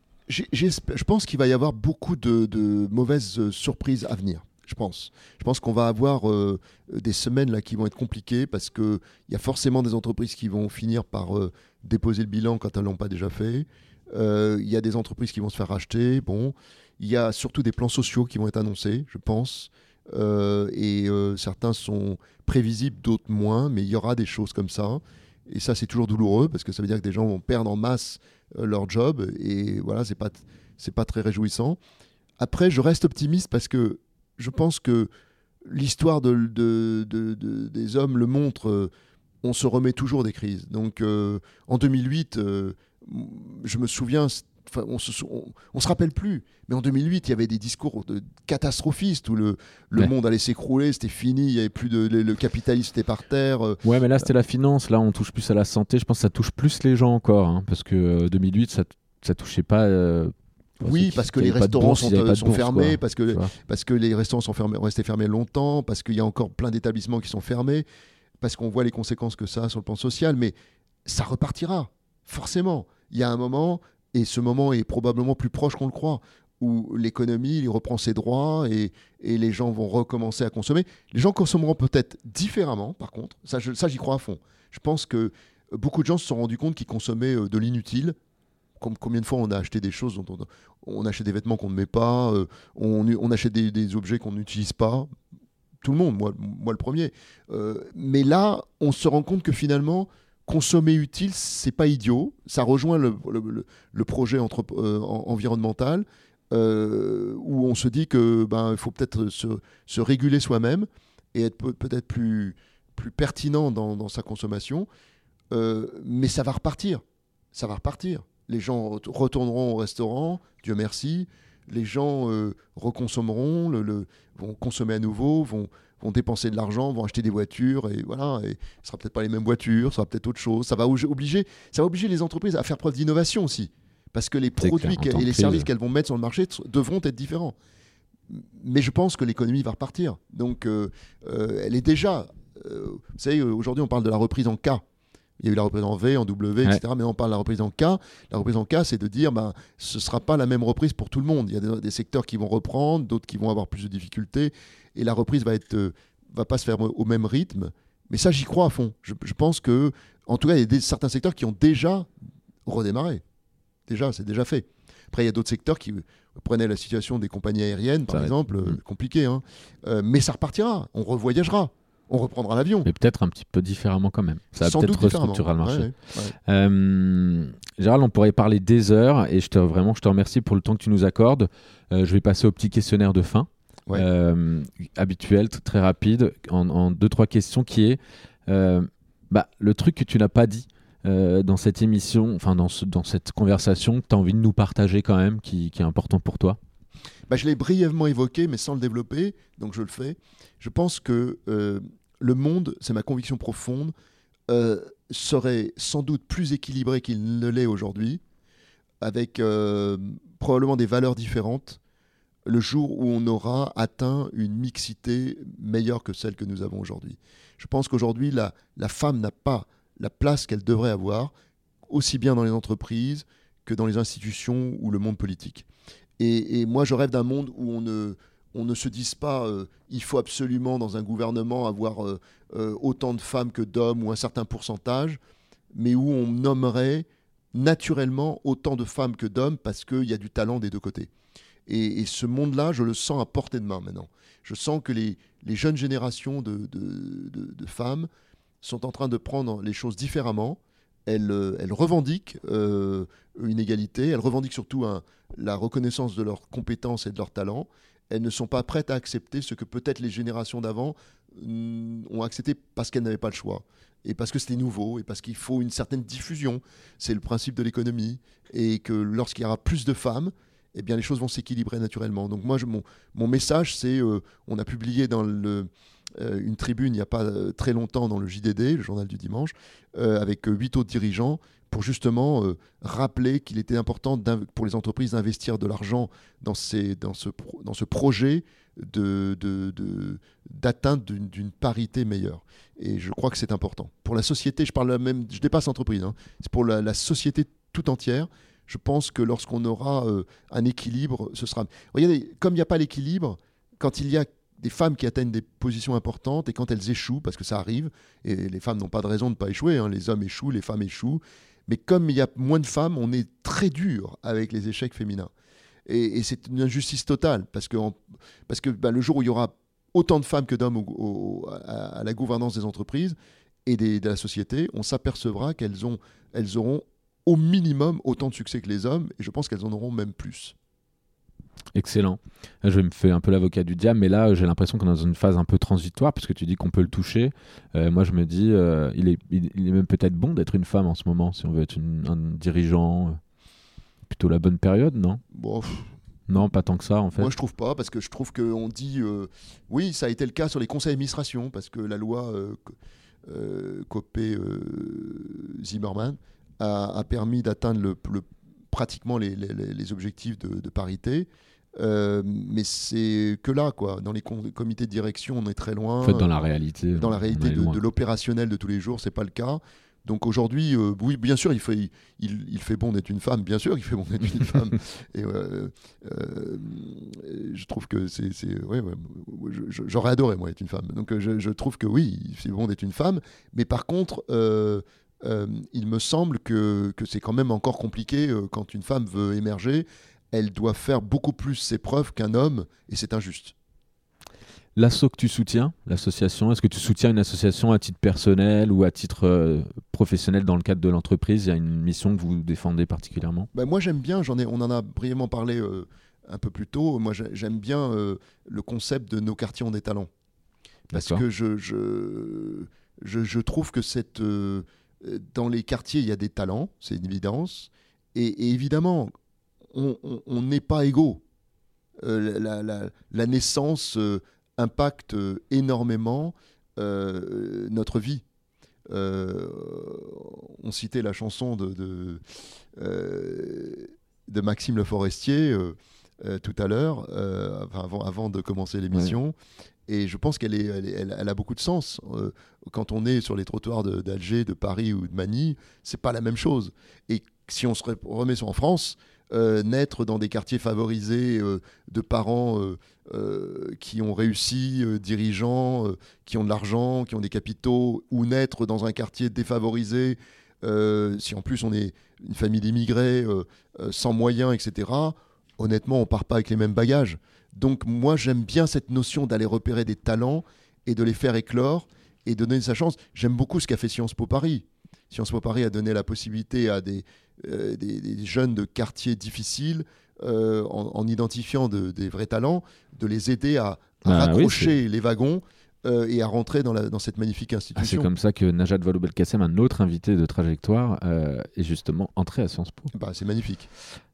Je pense qu'il va y avoir beaucoup de mauvaises surprises à venir. Je pense qu'on va avoir des semaines là qui vont être compliquées, parce qu'il y a forcément des entreprises qui vont finir par déposer le bilan quand elles ne l'ont pas déjà fait. Il y a des entreprises qui vont se faire racheter. Bon, il y a surtout des plans sociaux qui vont être annoncés, je pense. Certains sont prévisibles, d'autres moins, mais il y aura des choses comme ça. Et ça, c'est toujours douloureux, parce que ça veut dire que des gens vont perdre en masse leur job, et voilà, c'est pas très réjouissant. Après, je reste optimiste, parce que je pense que l'histoire des hommes le montre, on se remet toujours des crises. Donc en 2008, je me souviens, on se rappelle plus, mais en 2008, il y avait des discours catastrophistes où le monde allait s'écrouler, c'était fini, il y avait plus le capitalisme était par terre. Ouais, mais là c'était la finance, là on touche plus à la santé, je pense que ça touche plus les gens encore, hein, parce que 2008 ça touchait pas. Oui, parce que les restaurants sont fermés, parce que les restaurants sont restés fermés longtemps, parce qu'il y a encore plein d'établissements qui sont fermés, parce qu'on voit les conséquences que ça a sur le plan social, mais ça repartira, forcément. Il y a un moment, et ce moment est probablement plus proche qu'on le croit, où l'économie reprend ses droits et les gens vont recommencer à consommer. Les gens consommeront peut-être différemment, par contre, ça j'y crois à fond. Je pense que beaucoup de gens se sont rendus compte qu'ils consommaient de l'inutile, combien de fois on a acheté des choses dont on achète des vêtements qu'on ne met pas, on achète des objets qu'on n'utilise pas. Tout le monde, moi le premier. Mais là, on se rend compte que finalement, consommer utile, c'est pas idiot. Ça rejoint le projet environnemental où on se dit que il faut peut-être se réguler soi-même et être peut-être plus pertinent dans sa consommation. Mais ça va repartir. Ça va repartir. Les gens retourneront au restaurant, Dieu merci. Les gens reconsommeront, vont consommer à nouveau, vont dépenser de l'argent, vont acheter des voitures, et voilà. Et ce sera peut-être pas les mêmes voitures, ce sera peut-être autre chose. Ça va obliger les entreprises à faire preuve d'innovation aussi, parce que les produits et les services qu'elles vont mettre sur le marché devront être différents. Mais je pense que l'économie va repartir. Donc, elle est déjà. Vous savez, aujourd'hui, on parle de la reprise en K. Il y a eu la reprise en V, en W, etc. Mais on parle de la reprise en K. La reprise en K, c'est de dire ce ne sera pas la même reprise pour tout le monde. Il y a des secteurs qui vont reprendre, d'autres qui vont avoir plus de difficultés. Et la reprise va pas se faire au même rythme. Mais ça, j'y crois à fond. Je pense que, en tout cas, il y a certains secteurs qui ont déjà redémarré. C'est déjà fait. Après, il y a d'autres secteurs qui prenaient la situation des compagnies aériennes, par exemple, compliqué. Hein. Mais ça repartira. On revoyagera. On reprendra l'avion. Mais peut-être un petit peu différemment quand même. Ça va peut-être restructurer le marché. Gérald, on pourrait parler des heures et je te remercie pour le temps que tu nous accordes. Je vais passer au petit questionnaire de fin, habituel, très rapide, en 2-3 questions qui est le truc que tu n'as pas dit dans cette émission, enfin dans cette conversation, que tu as envie de nous partager quand même, qui est important pour toi. Je l'ai brièvement évoqué, mais sans le développer, donc je le fais. Je pense que le monde, c'est ma conviction profonde, serait sans doute plus équilibré qu'il ne l'est aujourd'hui, avec probablement des valeurs différentes, le jour où on aura atteint une mixité meilleure que celle que nous avons aujourd'hui. Je pense qu'aujourd'hui, la femme n'a pas la place qu'elle devrait avoir, aussi bien dans les entreprises que dans les institutions ou le monde politique. Et moi, je rêve d'un monde où on ne se dise pas il faut absolument dans un gouvernement avoir autant de femmes que d'hommes ou un certain pourcentage, mais où on nommerait naturellement autant de femmes que d'hommes parce qu'il y a du talent des deux côtés. Et ce monde-là, je le sens à portée de main maintenant. Je sens que les jeunes générations de femmes sont en train de prendre les choses différemment. Elles revendiquent une égalité, elles revendiquent surtout la reconnaissance de leurs compétences et de leurs talents. Elles ne sont pas prêtes à accepter ce que peut-être les générations d'avant ont accepté parce qu'elles n'avaient pas le choix, et parce que c'était nouveau, et parce qu'il faut une certaine diffusion. C'est le principe de l'économie, et que lorsqu'il y aura plus de femmes, eh bien, les choses vont s'équilibrer naturellement. Donc moi, mon message, c'est, on a publié dans une tribune il n'y a pas très longtemps dans le JDD, le journal du dimanche, avec 8 autres dirigeants, pour justement rappeler qu'il était important pour les entreprises d'investir de l'argent dans ce projet d'atteinte d'une parité meilleure. Et je crois que c'est important. Pour la société, je dépasse l'entreprise, hein, c'est pour la société tout entière. Je pense que lorsqu'on aura un équilibre, ce sera... Regardez, comme il n'y a pas l'équilibre, quand il y a des femmes qui atteignent des positions importantes et quand elles échouent, parce que ça arrive, et les femmes n'ont pas de raison de ne pas échouer, hein, les hommes échouent, les femmes échouent, mais comme il y a moins de femmes, on est très dur avec les échecs féminins. Et c'est une injustice totale, parce que le jour où il y aura autant de femmes que d'hommes à la gouvernance des entreprises et de la société, on s'apercevra qu'elles auront au minimum autant de succès que les hommes, et je pense qu'elles en auront même plus. Excellent. Je vais me faire un peu l'avocat du diable, mais là, j'ai l'impression qu'on est dans une phase un peu transitoire, puisque tu dis qu'on peut le toucher. Moi, je me dis, il est même peut-être bon d'être une femme en ce moment, si on veut être un dirigeant. Plutôt la bonne période, non ? Non, pas tant que ça, en fait. Moi, je trouve pas, parce que je trouve qu'on dit... oui, ça a été le cas sur les conseils d'administration, parce que la loi Copé-Zimmermann a permis d'atteindre pratiquement les objectifs de parité. Mais c'est que là, quoi. Dans les comités de direction, on est très loin. En fait, dans la réalité de l'opérationnel de tous les jours, c'est pas le cas. Donc aujourd'hui, oui, bien sûr, il fait bon d'être une femme, bien sûr, il fait bon d'être une femme. Et je trouve que j'aurais adoré, moi, être une femme. Donc je trouve que oui, il fait bon d'être une femme. Mais par contre, il me semble que c'est quand même encore compliqué quand une femme veut émerger. Elle doit faire beaucoup plus ses preuves qu'un homme, et c'est injuste. L'asso que tu soutiens, l'association, est-ce que tu soutiens une association à titre personnel ou à titre professionnel dans le cadre de l'entreprise ? Il y a une mission que vous défendez particulièrement ? Moi j'aime bien, on en a brièvement parlé un peu plus tôt, moi j'aime bien le concept de nos quartiers ont des talents. Parce D'accord. que je trouve que dans les quartiers il y a des talents, c'est une évidence, et évidemment on n'est pas égaux. La naissance impacte énormément notre vie. On citait la chanson de Maxime Le Forestier tout à l'heure, avant de commencer l'émission. Ouais. Et je pense elle a beaucoup de sens. Quand on est sur les trottoirs d'Alger, de Paris ou de Manille, c'est pas la même chose. Et si on se remet en France, naître dans des quartiers favorisés de parents qui ont réussi, dirigeants qui ont de l'argent, qui ont des capitaux, ou naître dans un quartier défavorisé, si en plus on est une famille d'immigrés sans moyens, etc., honnêtement, on part pas avec les mêmes bagages. Donc moi, j'aime bien cette notion d'aller repérer des talents et de les faire éclore et de donner sa chance. J'aime beaucoup ce qu'a fait Sciences Po Paris. Sciences Po Paris a donné la possibilité à des jeunes de quartiers difficiles, en identifiant des vrais talents, de les aider à raccrocher les wagons et à rentrer dans cette magnifique institution. C'est comme ça que Najat Vallaud-Belkacem, un autre invité de Trajectoire, est justement entré à Sciences Po. C'est magnifique.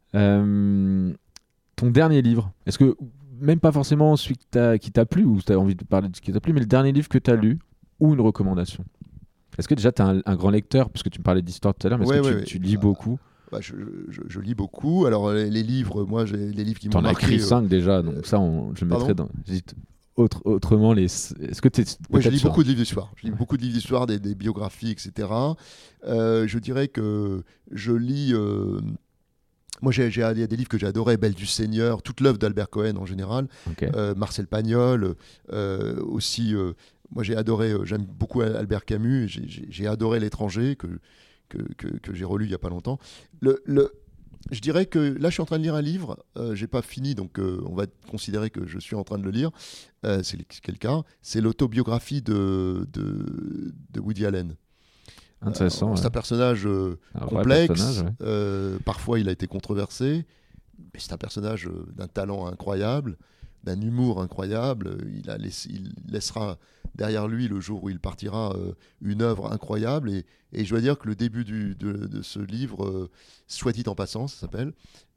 Ton dernier livre, est-ce que, même pas forcément celui qui t'a plu, ou tu as envie de parler de ce qui t'a plu, mais le dernier livre que tu as lu, ou une recommandation ? Est-ce que déjà tu es un grand lecteur, parce que tu me parlais d'histoire tout à l'heure, mais est-ce que tu lis beaucoup ? Je lis beaucoup. Alors les livres, moi j'ai les livres qui m'ont marqué. T'en as écrit 5 déjà, donc ça je le mettrai dans... Autrement, est-ce que je lis beaucoup de livres d'histoire. Je lis beaucoup de livres d'histoire, des biographies, etc. Je dirais que je lis... Moi, il y a des livres que j'ai adorés, Belle du Seigneur, toute l'œuvre d'Albert Cohen en général, Marcel Pagnol, aussi... moi, j'aime beaucoup Albert Camus, j'ai adoré L'étranger, que j'ai relu il n'y a pas longtemps. Je dirais que là, je suis en train de lire un livre, j'ai pas fini, donc on va considérer que je suis en train de le lire. C'est le cas. C'est l'autobiographie de Woody Allen. Intéressant. C'est un personnage complexe, parfois il a été controversé, mais c'est un personnage d'un talent incroyable, d'un humour incroyable. Il laissera derrière lui, le jour où il partira, une œuvre incroyable. Et je dois dire que le début de ce livre, Soit dit en passant, ça s'appelle,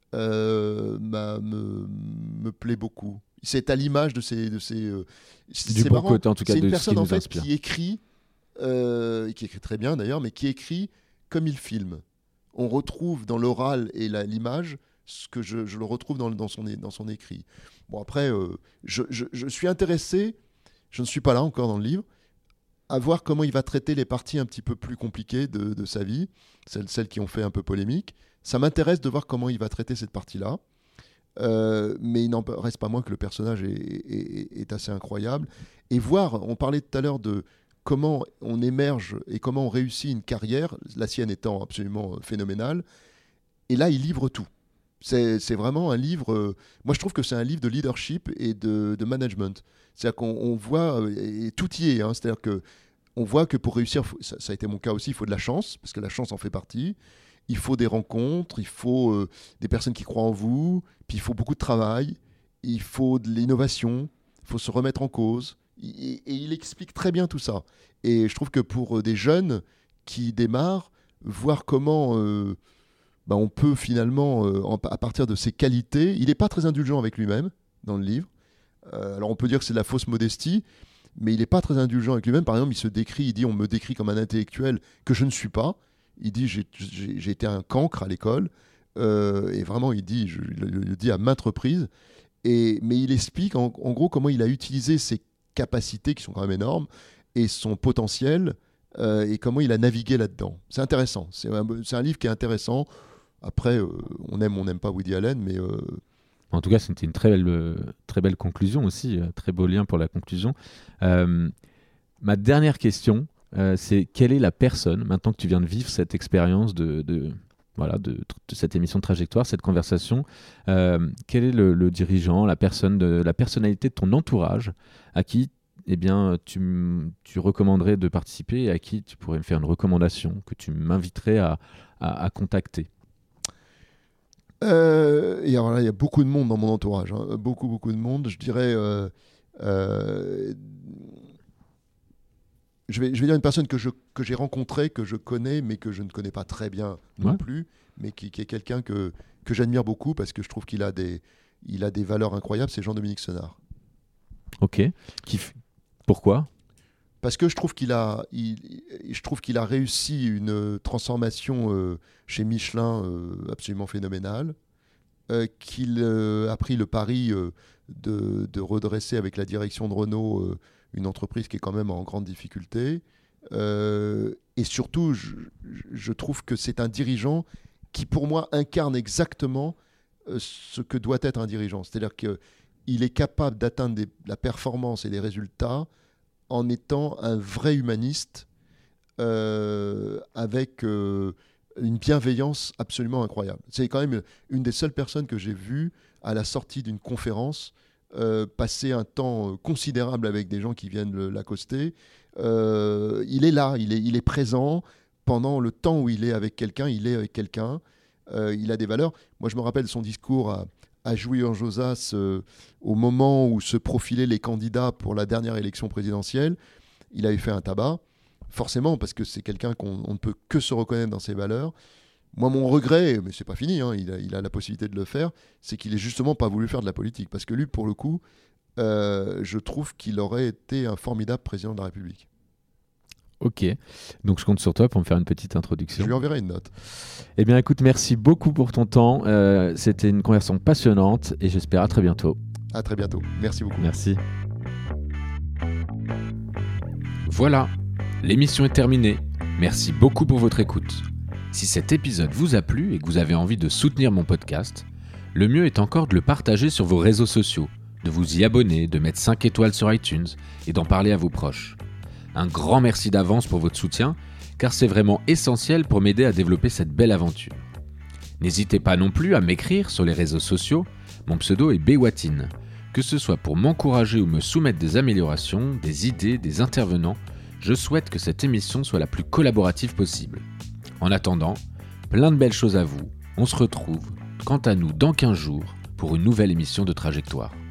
me plaît beaucoup. C'est à l'image de ces du bon côté, en tout cas, c'est une de personne ce qui en nous fait inspire. qui écrit très bien d'ailleurs, mais qui écrit comme il filme. On retrouve dans l'oral et l'image ce que je le retrouve dans son écrit. Bon, après, je suis intéressé, je ne suis pas là encore dans le livre, à voir comment il va traiter les parties un petit peu plus compliquées de sa vie, celles qui ont fait un peu polémique. Ça m'intéresse de voir comment il va traiter cette partie-là. Mais il n'en reste pas moins que le personnage est assez incroyable. Et voir, on parlait tout à l'heure de comment on émerge et comment on réussit une carrière, la sienne étant absolument phénoménale. Et là, il livre tout. C'est vraiment un livre... moi, je trouve que c'est un livre de leadership et de management. C'est-à-dire qu'on voit... et tout y est. Hein, c'est-à-dire qu'on voit que pour réussir, ça a été mon cas aussi, il faut de la chance, parce que la chance en fait partie. Il faut des rencontres, il faut des personnes qui croient en vous, puis il faut beaucoup de travail, il faut de l'innovation, il faut se remettre en cause. Et il explique très bien tout ça. Et je trouve que pour des jeunes qui démarrent, voir comment on peut finalement, à partir de ses qualités, il n'est pas très indulgent avec lui-même dans le livre. Alors on peut dire que c'est de la fausse modestie, mais il n'est pas très indulgent avec lui-même. Par exemple, il dit on me décrit comme un intellectuel que je ne suis pas. Il dit j'ai été un cancre à l'école. Et vraiment, je le dis à maintes reprises. Mais il explique en gros comment il a utilisé ses capacités qui sont quand même énormes et son potentiel et comment il a navigué là-dedans. C'est intéressant. C'est un livre qui est intéressant. Après, on n'aime pas Woody Allen, mais... En tout cas, c'était une très belle conclusion aussi. Très beau lien pour la conclusion. Ma dernière question, c'est quelle est la personne, maintenant que tu viens de vivre cette expérience de cette émission de Trajectoire, cette conversation, quel est le dirigeant, la personnalité de ton entourage à qui tu recommanderais de participer et à qui tu pourrais me faire une recommandation que tu m'inviterais à contacter? Et alors là, il y a beaucoup de monde dans mon entourage, hein. Beaucoup de monde. Je dirais, je vais dire une personne que j'ai rencontrée, que je connais, mais que je ne connais pas très bien non plus, mais qui est quelqu'un que j'admire beaucoup parce que je trouve qu'il a des valeurs incroyables. C'est Jean-Dominique Senard. Ok. Pourquoi ? Parce que je trouve qu'il a réussi une transformation chez Michelin absolument phénoménale, qu'il a pris le pari de redresser avec la direction de Renault une entreprise qui est quand même en grande difficulté. Et surtout, je trouve que c'est un dirigeant qui, pour moi, incarne exactement ce que doit être un dirigeant. C'est-à-dire qu'il est capable d'atteindre la performance et des résultats en étant un vrai humaniste avec une bienveillance absolument incroyable. C'est quand même une des seules personnes que j'ai vues à la sortie d'une conférence passer un temps considérable avec des gens qui viennent l'accoster. Il est là, il est présent pendant le temps où il est avec quelqu'un, il est avec quelqu'un. Il a des valeurs. Moi, je me rappelle son discours à Jouy-en-Josas au moment où se profilaient les candidats pour la dernière élection présidentielle. Il avait fait un tabac, forcément, parce que c'est quelqu'un qu'on ne peut que se reconnaître dans ses valeurs. Moi, mon regret, mais c'est pas fini, hein, il a la possibilité de le faire, c'est qu'il n'ait justement pas voulu faire de la politique. Parce que lui, pour le coup, je trouve qu'il aurait été un formidable président de la République. Ok, donc je compte sur toi pour me faire une petite introduction. Je lui enverrai une note. Eh bien écoute, merci beaucoup pour ton temps. C'était une conversation passionnante et j'espère à très bientôt. À très bientôt. Merci beaucoup. Merci. Voilà, l'émission est terminée. Merci beaucoup pour votre écoute. Si cet épisode vous a plu et que vous avez envie de soutenir mon podcast, le mieux est encore de le partager sur vos réseaux sociaux, de vous y abonner, de mettre 5 étoiles sur iTunes et d'en parler à vos proches. Un grand merci d'avance pour votre soutien, car c'est vraiment essentiel pour m'aider à développer cette belle aventure. N'hésitez pas non plus à m'écrire sur les réseaux sociaux, mon pseudo est Bwatine, que ce soit pour m'encourager ou me soumettre des améliorations, des idées, des intervenants, je souhaite que cette émission soit la plus collaborative possible. En attendant, plein de belles choses à vous, on se retrouve, quant à nous, dans 15 jours, pour une nouvelle émission de Trajectoire.